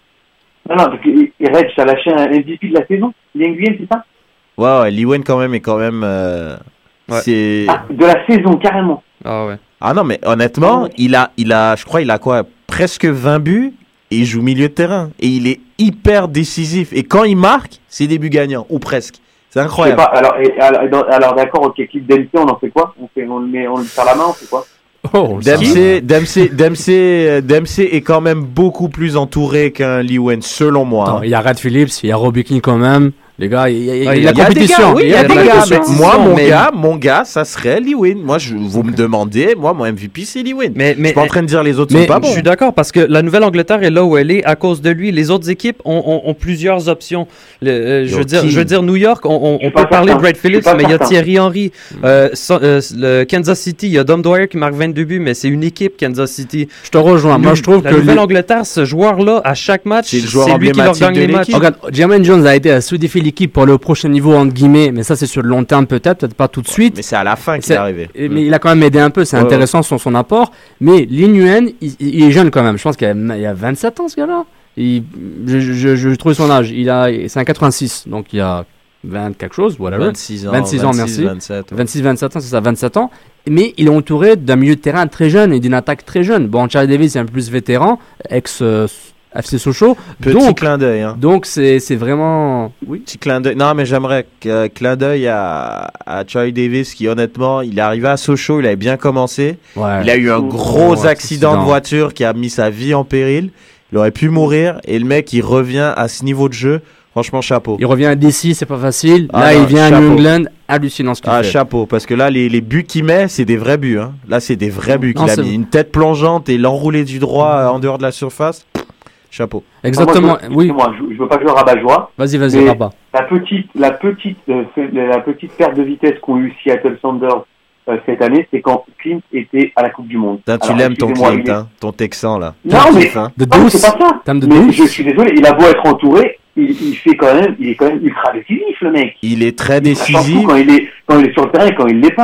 Non, non, parce que Reg, t'as lâché un M V P de la saison, Lee Nguyen, c'est ça? Ouais, ouais, Lee Wen quand même est quand même... Euh, ouais. c'est... Ah, de la saison, carrément. Ah ouais. Ah non, mais honnêtement, il a, il a, je crois, il a quoi, presque vingt buts et il joue milieu de terrain. Et il est hyper décisif. Et quand il marque, c'est des buts gagnants, ou presque. C'est incroyable. Je sais pas, alors, et, alors, alors d'accord, ok, clip Dempsey, on en fait quoi? On, fait, on le met, on le serre la main, on fait quoi? Oh, Dempsey, Dempsey, Dempsey, Dempsey est quand même beaucoup plus entouré qu'un Lee Wen, selon moi. Attends, il y a Red Phillips, il y a Robbie King quand même. Les gars, il y a, il y a, il y a y la compétition. Il y a des gars, oui, il y a des gars. Moi, mon mais... gars, mon gars, ça serait Lee Wen. Moi, je, vous me demandez, moi, mon M V P, c'est Lee Wen. Mais, mais, je suis pas en train de dire les autres mais sont pas bons. Je suis d'accord parce que la Nouvelle-Angleterre est là où elle est à cause de lui. Les autres équipes ont, ont, ont plusieurs options. Le, euh, je veux dire, je veux dire, New York, on, on, on peut parler de Brad Phillips, mais il y a Thierry Henry. Euh, so, euh, le Kansas City, il y a Dom Dwyer qui marque vingt-deux buts, mais c'est une équipe Kansas City. Je te rejoins. Moi, je trouve la que Nouvelle-Angleterre, ce joueur-là, à chaque match, c'est, le joueur c'est lui qui leur gagne les matchs. Regarde, Jermaine Jones a été à sous-défier l'équipe pour le prochain niveau entre guillemets. Mais ça, c'est sur le long terme, peut-être, peut-être pas tout de suite. Mais c'est à la fin qu'il c'est, est arrivé. Mais mmh. il a quand même aidé un peu, c'est ouais, intéressant ouais. Son, son apport. Mais Lee Nguyen, il, il est jeune quand même. Je pense qu'il a, il a vingt-sept ans, ce gars-là. Il, je, je, je trouve son âge. Il a, c'est un quatre-vingt-six, donc il a vingt quelque chose, whatever. vingt-six ans, vingt-six ans, merci. vingt-sept, ouais. vingt-six vingt-sept ans, c'est ça, vingt-sept ans. Mais il est entouré d'un milieu de terrain très jeune et d'une attaque très jeune. Bon, Charlie Davis est un peu plus vétéran, ex euh, F C Sochaux. Petit donc, clin d'œil. Hein. Donc c'est, c'est vraiment... Oui. Petit clin d'œil. Non, mais j'aimerais euh, clin d'œil à, à Charlie Davis qui, honnêtement, il est arrivé à Sochaux, il avait bien commencé. Ouais. Il a eu un gros oh, accident de voiture qui a mis sa vie en péril. Il aurait pu mourir et le mec, il revient à ce niveau de jeu. Franchement, chapeau. Il revient à D C, c'est pas facile. Ah là, non, il vient chapeau. à New England, hallucinant ce qu'il ah, fait. Chapeau, parce que là, les, les buts qu'il met, c'est des vrais buts. Hein. Là, c'est des vrais buts qu'il non, a mis. Vrai. Une tête plongeante et l'enroulé du droit euh, en dehors de la surface. Chapeau. Exactement, ah, moi, je, oui. Moi, je, je veux pas que je rabat-joie. Vas-y, vas-y, rabat. La petite, la petite, euh, la petite perte de vitesse qu'ont eu Seattle Sounders euh, cette année, c'est quand Clint était à la Coupe du Monde. Putain, tu Alors, l'aimes ton Clint, hein, ton Texan là. Non, ton mais, kiff, hein. de non, c'est pas ça. De mais douce. je suis désolé, il a beau être entouré, il, il fait quand même, il est quand même ultra décisif, le mec. Il est très il décisif. Quand il est, quand il est sur le terrain et quand il l'est pas.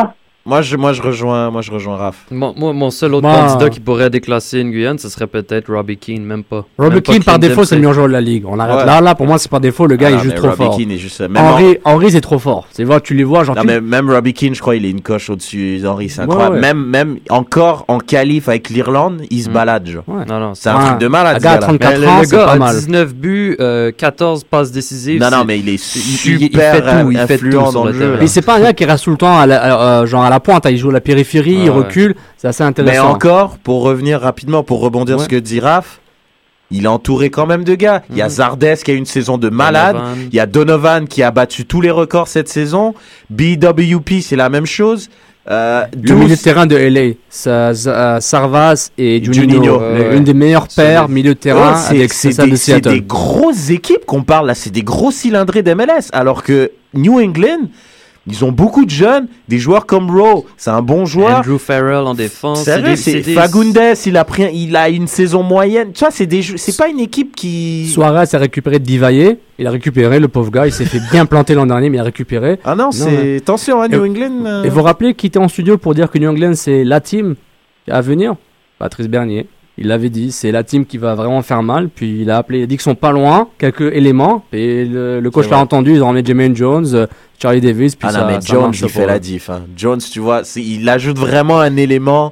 Moi, je, moi, je rejoins, moi, je rejoins Raph. Moi, moi, mon seul autre Moi, candidat qui pourrait déclasser Nguyen, ce serait peut-être Robbie Keane, même pas. Robbie Même pas Keane, par Clint défaut, c'est le Dempsey. meilleur joueur de la ligue. On arrête Ouais. là. Là, pour moi, c'est par défaut. Le gars, Ah, il non, joue mais trop Robbie fort. Keane est juste- même Henry, Henry, c'est trop fort. C'est voir, tu les vois. Genre, Non, tu- mais même Robbie Keane, je crois, il est une coche au-dessus d'Henry. C'est Ouais, incroyable. ouais. Même, même encore en qualif avec l'Irlande, il se balade, genre. Ouais. Non, non, C'est un Ouais. truc de malade. Un ce gars à gars-là. trente-quatre Mais le, ans, le c'est gars pas a mal. dix-neuf buts, euh, quatorze passes décisives. Non, non, c'est- mais il est il- il super fait tout, il fait influent tout dans sur le le jeu. terrain. là. Mais c'est pas un gars qui reste tout le temps à la, à- euh, genre à la pointe. hein. Il joue à la périphérie, Ouais, il ouais. recule. C'est assez Mais intéressant. encore, pour revenir rapidement, pour rebondir Ouais. ce que dit Raph, il est entouré quand même de gars. Il y a Mhm. Zardes qui a une saison de malade. Donovan. Il y a Donovan qui a battu tous les records cette saison. B W P, c'est la même chose. Euh, Le douze milieu de terrain de L A, ça, ça- Sarvas et Juninho, Juninho, le- ouais, ouais. une des meilleures paires milieu de terrain Ouais, c'est- avec c'est celle des, de c'est Seattle. des grosses équipes qu'on parle là, c'est des gros cylindrés d'M L S. Alors que New England, ils ont beaucoup de jeunes, des joueurs comme Rowe, c'est un bon joueur. Andrew Farrell en défense. Sérieux, des- c'est des- Fagundes, il a pris, un- il a une saison moyenne. Tu vois, c'est des, jeux- c'est pas une équipe qui. Suarez a récupéré de Divaye. Il a récupéré, le pauvre gars. Il s'est fait bien planter l'an dernier, mais il a récupéré. Ah non, c'est ouais. attention, hein, New Et- England. euh, Et vous rappelez qui était en studio pour dire que New England, c'est la team à venir? Patrice Bernier. Il l'avait dit, c'est la team qui va vraiment faire mal. Puis il a appelé, il a dit qu'ils sont pas loin, quelques éléments. Et le, le coach C'est l'a vrai. entendu, ils ont emmené Jermaine Jones, euh, Charlie Davis. Puis Ah ça, non, mais ça Jones, marche il pour fait eux. la diff. Hein. Jones, tu vois, c'est- il ajoute vraiment un élément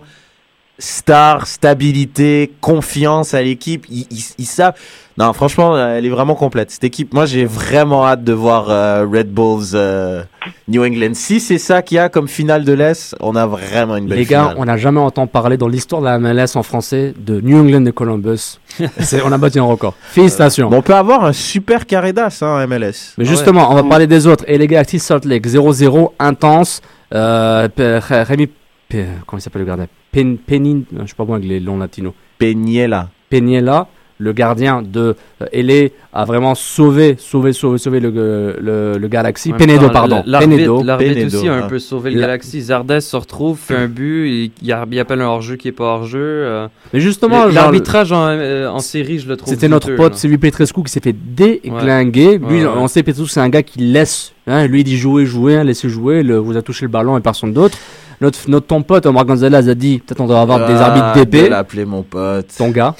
star, stabilité, confiance à l'équipe. Ils, ils, ils savent. Non, franchement, euh, elle est vraiment complète. Cette équipe, moi, j'ai vraiment hâte de voir euh, Red Bulls euh, New England. Si c'est ça qu'il y a comme finale de l'Est, on a vraiment une belle Les gars, finale. on n'a jamais entendu parler dans l'histoire de la M L S en français de New England et Columbus. C'est- on a battu un record. Félicitations. Mais on peut avoir un super carré d'as hein, en M L S. Mais justement, on va parler des autres. Et les Galaxy Salt Lake, zéro zéro, intense. Euh, P- Rémi, P- comment il s'appelle le gardien Pen, Penin, je sais pas moi avec les noms latinos. Peñela. Peñela, le gardien de euh, L A, a vraiment sauvé, sauvé, sauvé, sauvé le, le, le Galaxy. En même Penedo, temps, pardon. l'arbitre- Penedo. L'arbitre Penedo, aussi a un hein. peu sauvé le La- Galaxy. Zardes se retrouve, fait un but, et il, a- il appelle un hors-jeu qui est pas hors-jeu. euh. Mais justement, Le- genre, l'arbitrage en, euh, en série, je le trouve. c'était notre douteux, pote là. Sylvie Petrescu qui s'est fait déglinguer. Ouais. Lui, Ouais, ouais. on sait Petrescu, c'est un gars qui laisse. Hein, lui, il dit jouer, jouer, hein, laissez jouer. Le, vous a touché le ballon et personne d'autre. Notre, notre ton pote Omar Gonzalez a dit peut-être on doit avoir des arbitres D P. Il a appelé mon pote. Ton gars.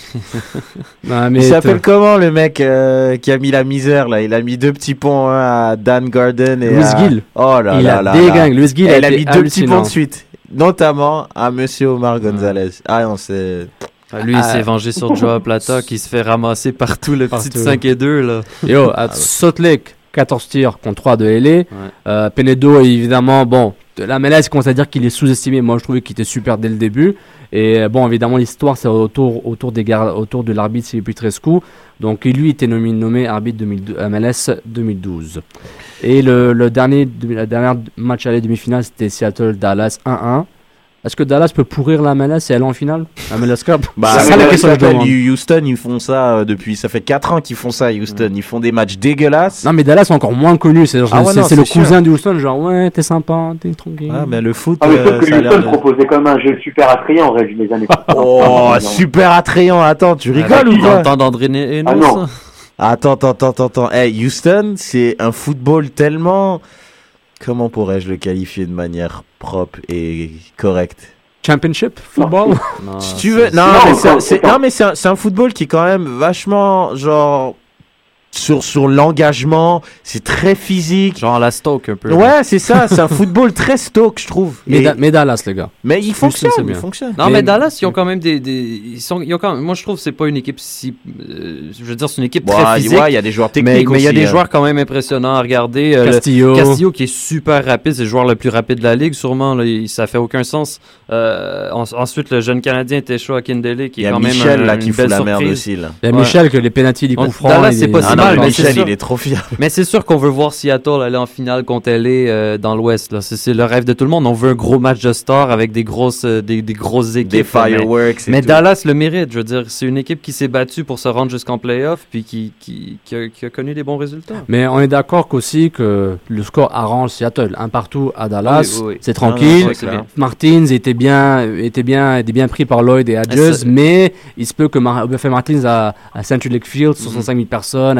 Non, mais Il s'appelle t- comment le mec euh, qui a mis la misère là? Il a mis deux petits ponts, un à Dan Garden et Louis à... Gill. Oh là Il là a là déglingué. là. Louis Gill Et a il a été mis deux petits hallucinant. ponts de suite, notamment à Monsieur Omar Gonzalez. Ah non, c'est... Ah, lui, il Ah. s'est vengé sur Joao Plata qui se fait ramasser partout le petit Partout. cinq et deux là. Yo, à Salt Lake, quatorze tirs contre trois de L A. Euh, Penedo, évidemment, bon, de la M L S commence à dire qu'il est sous-estimé. Moi, je trouvais qu'il était super dès le début. Et euh, bon, évidemment, l'histoire, c'est autour, autour, des gar- autour de l'arbitre Sylvie Petrescu. Donc, lui était nommé, nommé arbitre deux mille deux M L S deux mille douze. Et le, le dernier, la dernière match aller demi-finale, c'était Seattle-Dallas un un. Est-ce que Dallas peut pourrir la M L S et aller en finale? La M L S Cup? Bah, c'est ça la question que je s'appelle demande. Houston, ils font ça euh, depuis... Ça fait quatre ans qu'ils font ça, Houston. Ils font des matchs dégueulasses. Non, mais Dallas est encore moins connu. C'est, Ah ouais, c'est, non, c'est le c'est sûr. cousin de Houston. Genre, ouais, t'es sympa, t'es tranquille. Ah, mais le foot, Ah, mais sauf euh, que ça a l'air Houston de... proposait quand même un jeu super attrayant en résumé des années. Oh, super attrayant. Attends, tu rigoles ou quoi? T'entends d'André Enos? Ah non. Attends, attends, attends, attends, attends. Hey, Houston, c'est un football tellement... Comment pourrais-je le qualifier de manière propre et correcte? Championship football? Non, Si tu veux... c'est- Non, Non, mais c'est, encore, c'est- encore. non, mais c'est un, c'est un football qui est quand même vachement, genre... Sur, sur l'engagement, c'est très physique. Genre la Stoke un peu. Ouais, c'est ça, c'est un football très Stoke, je trouve. Mais, Et- Da- mais Dallas, les gars. mais il fonctionne, c'est il bien. fonctionne. Non, mais, Mais- Dallas, ils ont quand même des. des ils sont, ils ont quand même, moi, je trouve que c'est pas une équipe si. euh, je veux dire, c'est une équipe Ouais, très physique. ouais, il y a des joueurs mais techniques mais il y a aussi, des hein. joueurs quand même impressionnants à regarder. Euh, le- Castillo. Castillo qui est super rapide, c'est le joueur le plus rapide de la ligue, sûrement. Là, il- ça fait aucun sens. Euh, en- ensuite, le jeune Canadien Tesho Akindele qui Il y est a quand Michel même un- là une qui fout belle la merde surprise. aussi là. Il y a Ouais. Michel que les pénaltys du On- coup franc. Dallas, il c'est est- pas Ah si non, mal, mais mais c'est Michel, sûr. il est trop fiable. Mais c'est sûr qu'on veut voir Seattle aller en finale contre L A euh, dans l'Ouest. Là. C'est, c'est le rêve de tout le monde. On veut un gros match de stars avec des grosses, euh, des, des grosses équipes. Des fireworks et Mais, mais tout. Dallas le mérite. Je veux dire, c'est une équipe qui s'est battue pour se rendre jusqu'en playoff puis qui, qui, qui, a, qui a connu des bons résultats. Mais on est d'accord qu'aussi que le score arrange Seattle. Un partout à Dallas, Oui, oui, oui. c'est Non, non, tranquille. c'est c'est bien. Martins était bien, était bien, était bien pris par Lloyd et Hodges, ça- mais il se peut que Mar- Buffalo Martins à, à Century Lake Field, soixante-cinq mille personnes, avec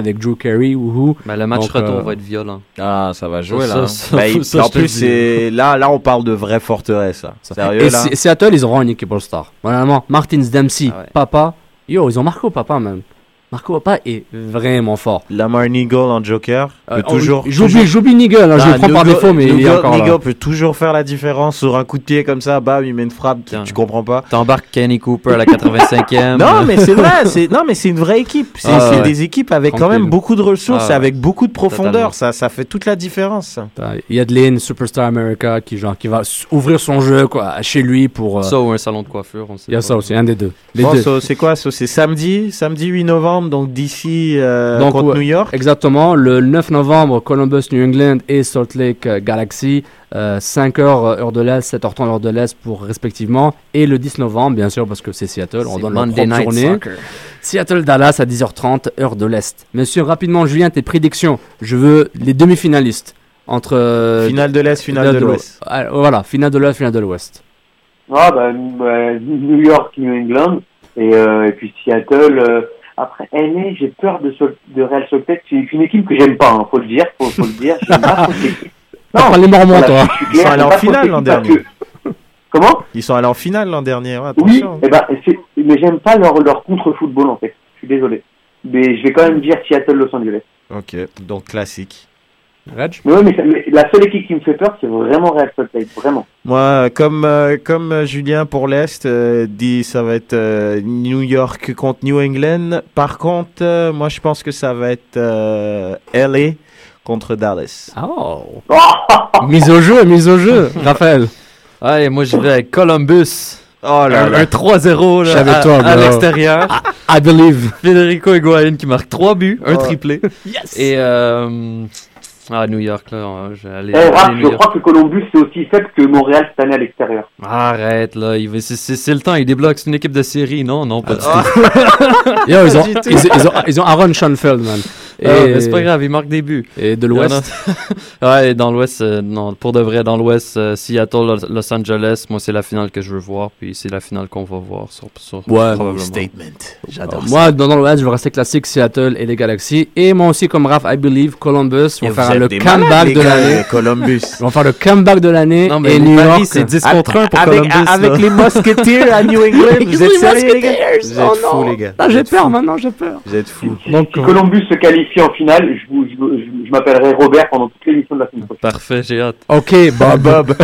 avec Drew Carey, wouhou. Ben, le match Donc, retour euh, va être violent. Ah, ça va jouer Ça, là. ça, Bah, ça, il- ça, en je te plus, dis. c'est là, là, on parle de vraie forteresse. Là. Sérieux Et là. Si- Seattle, ils auront une équipe All-Star. Vraiment, Martins Dempsey, Ah ouais. Papa. Yo, ils ont Marco Papa même. Marco Papa est vraiment fort. Lamar Nigel en Joker peut Euh, toujours. J'oublie, toujours- j'oublie Nigel, hein, je Ah, le prends par Nigel- défaut, mais il est Nigel- encore là. Nigel peut toujours faire la différence sur un coup de pied comme ça. Bam, il met une frappe. Tu, tu comprends pas. T'embarques Kenny Cooper à la quatre-vingt-cinquième. Non, mais c'est vrai. C'est non, mais c'est une vraie équipe. C'est Ah, c'est ouais. des équipes avec quand Tranquille. même beaucoup de ressources, Ah, ouais. avec beaucoup de profondeur. Totalement. Ça, ça fait toute la différence. ça. Il y a de Lynn, Superstar America, qui, genre, qui va s- ouvrir son jeu quoi, chez lui pour. euh, Ça ou un salon de coiffure, on sait Il y a pas. ça aussi, un des deux. Les Bon, deux. so, c'est quoi ça? C'est samedi, samedi huit novembre, donc d'ici euh, Donc, contre ouais, New York. Exactement. Le neuf novembre, Columbus, New England et Salt Lake euh, Galaxy. Euh, cinq heures euh, heure de l'Est, sept heures trente heure de l'Est pour respectivement. Et le dix novembre, bien sûr, parce que c'est Seattle, on C'est donne la Monday propre Night journée. Soccer. Seattle-Dallas à dix heures trente heure de l'Est. Monsieur, rapidement, Julien, tes prédictions. Je veux les demi-finalistes. Entre. euh, Finale de l'Est, finale de l'Ouest. Ah, voilà, finale de l'Est, finale de l'Ouest. Ah bah, bah, New York, New England et, euh, et puis Seattle. Euh, après L A, j'ai peur de, Sol- de Real Salt Lake. C'est une équipe que j'aime pas, hein, faut le dire, faut, faut le dire. J'aime pas cette équipe. T'as pas les Mormons, voilà, toi. je suis Ils clair, sont allés j'aime en pas finale cette l'an équipe parce dernier. que- Comment? Ils sont allés en finale l'an dernier. Ouais, Oui, attention. eh ben, c'est- mais j'aime pas leur, leur contre-football en fait. Je suis désolé. Mais je vais quand même dire Seattle-Los Angeles. Ok, donc classique. Reg? Mais ouais, mais, ça- mais la seule équipe qui me fait peur, c'est vraiment Real Salt Lake, vraiment. Moi, comme, euh, comme euh, Julien pour l'Est, euh, dit ça va être euh, New York contre New England. Par contre, euh, moi je pense que ça va être euh, L A contre Dallas. Oh! Mise au jeu, mise au jeu, Raphaël. Allez, moi je vais avec Columbus. Oh là un, là. un trois zéro là, Je suis avec à, toi, à bro. l'extérieur. I believe. Federico Higuaín qui marque trois buts, un Oh. triplé. Yes! Et euh, ah, New York, là, euh, je vais aller. Eh, aller Raph, New je York. crois que Columbus, c'est aussi faible que Montréal cette année à l'extérieur. Arrête, là, il va- c'est- c'est c'est le temps, il débloque, c'est une équipe de série, non? Non, pas du Ah. tout. Yo, ils, ont, Pas du tout. ils, ils ont, ils ont Aaron Schoenfeld, man. Et, Ah, mais c'est pas grave, il marque des buts. et de l'Ouest. Ouais, et dans l'Ouest, euh, non, pour de vrai, dans l'Ouest, euh, Seattle, Los- Los Angeles, moi, c'est la finale que je veux voir, puis c'est la finale qu'on va voir, sur, sur, Ouais, probablement. Statement. J'adore Alors, moi, dans, dans l'Ouest, je vais rester classique Seattle et les Galaxies. Et moi aussi, comme Raph, I believe, Columbus vont faire le comeback de l'année. Columbus. Ils vont faire le comeback de l'année. Non, mais et les New paris, York. c'est dix contre un pour avec, Columbus. avec là. les Musketeers à New England. Vous êtes Les sérieux, les gars? Musketeers, Vous êtes oh fous, non. les gars. Ah, Vous j'ai êtes peur fous. maintenant, j'ai peur. Vous êtes fous. Donc, Si Columbus se qualifie en finale, je, vous, je, je, je m'appellerai Robert pendant toute l'émission de la semaine prochaine. Parfait, j'ai hâte. ok, Bob. Bob.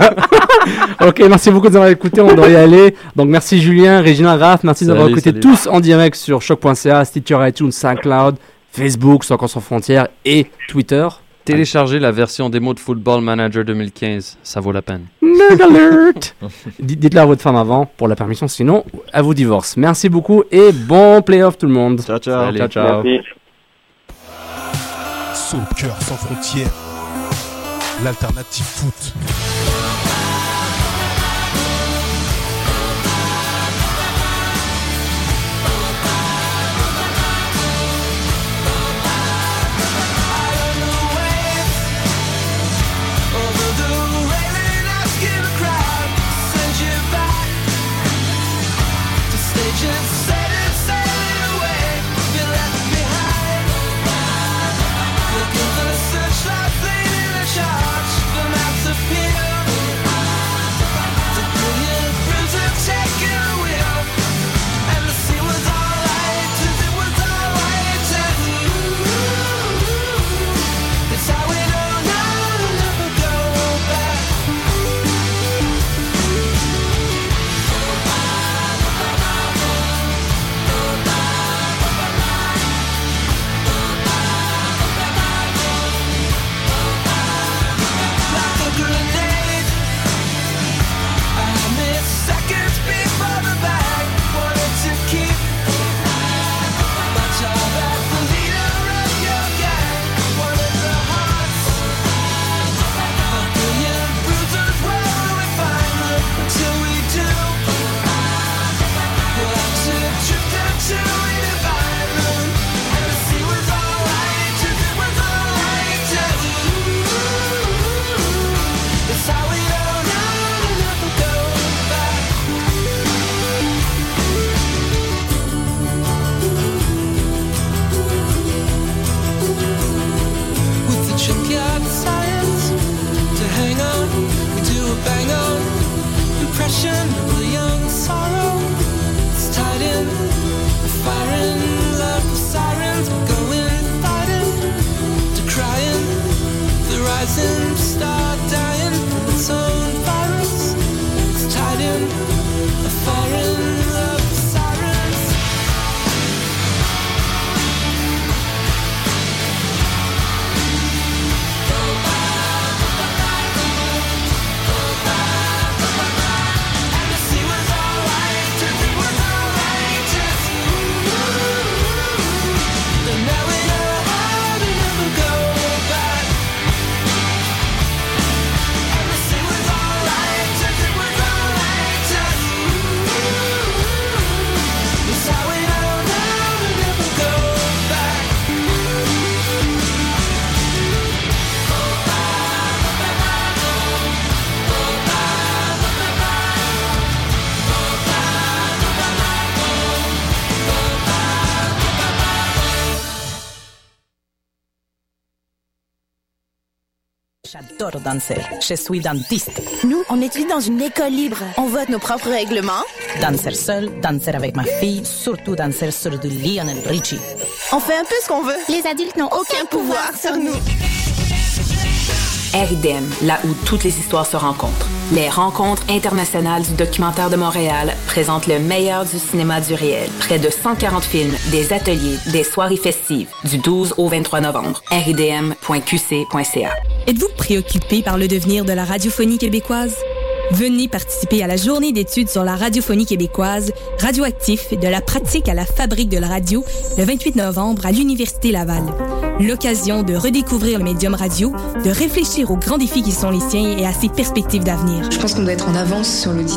ok, merci beaucoup de nous avoir écoutés. On doit y aller. Donc, merci Julien, Régina, Raph. Merci d'avoir Salut, écouté salut. tous en direct sur choc point c a, Stitcher, iTunes, SoundCloud, Facebook, Soccer sans frontières et Twitter. Téléchargez la version démo de Football Manager deux mille quinze, ça vaut la peine. Nerd alert! Dites- Dites-le à votre femme avant pour la permission, sinon, à vous divorce. Merci beaucoup et bon playoff tout le monde. Ciao, ciao. Salut. Ciao, ciao. Merci. Soccer sans frontières, l'alternative foot. Searchlights leading the charge, the maps appear. J'adore danser. Je suis dentiste. Nous, on étudie dans une école libre. On vote nos propres règlements. Danser seul, danser avec ma fille, surtout danser sur du Lionel Richie. On fait un peu ce qu'on veut. Les adultes n'ont aucun pouvoir sur nous. R I D M, là où toutes les histoires se rencontrent. Les Rencontres internationales du documentaire de Montréal présentent le meilleur du cinéma du réel. Près de cent quarante films, des ateliers, des soirées festives, du douze au vingt-trois novembre. R I D M point Q C point C A. Êtes-vous préoccupé par le devenir de la radiophonie québécoise? Venez participer à la journée d'études sur la radiophonie québécoise, radioactif de la pratique à la fabrique de la radio, le vingt-huit novembre à l'Université Laval. L'occasion de redécouvrir le médium radio, de réfléchir aux grands défis qui sont les siens et à ses perspectives d'avenir. Je pense qu'on doit être en avance sur le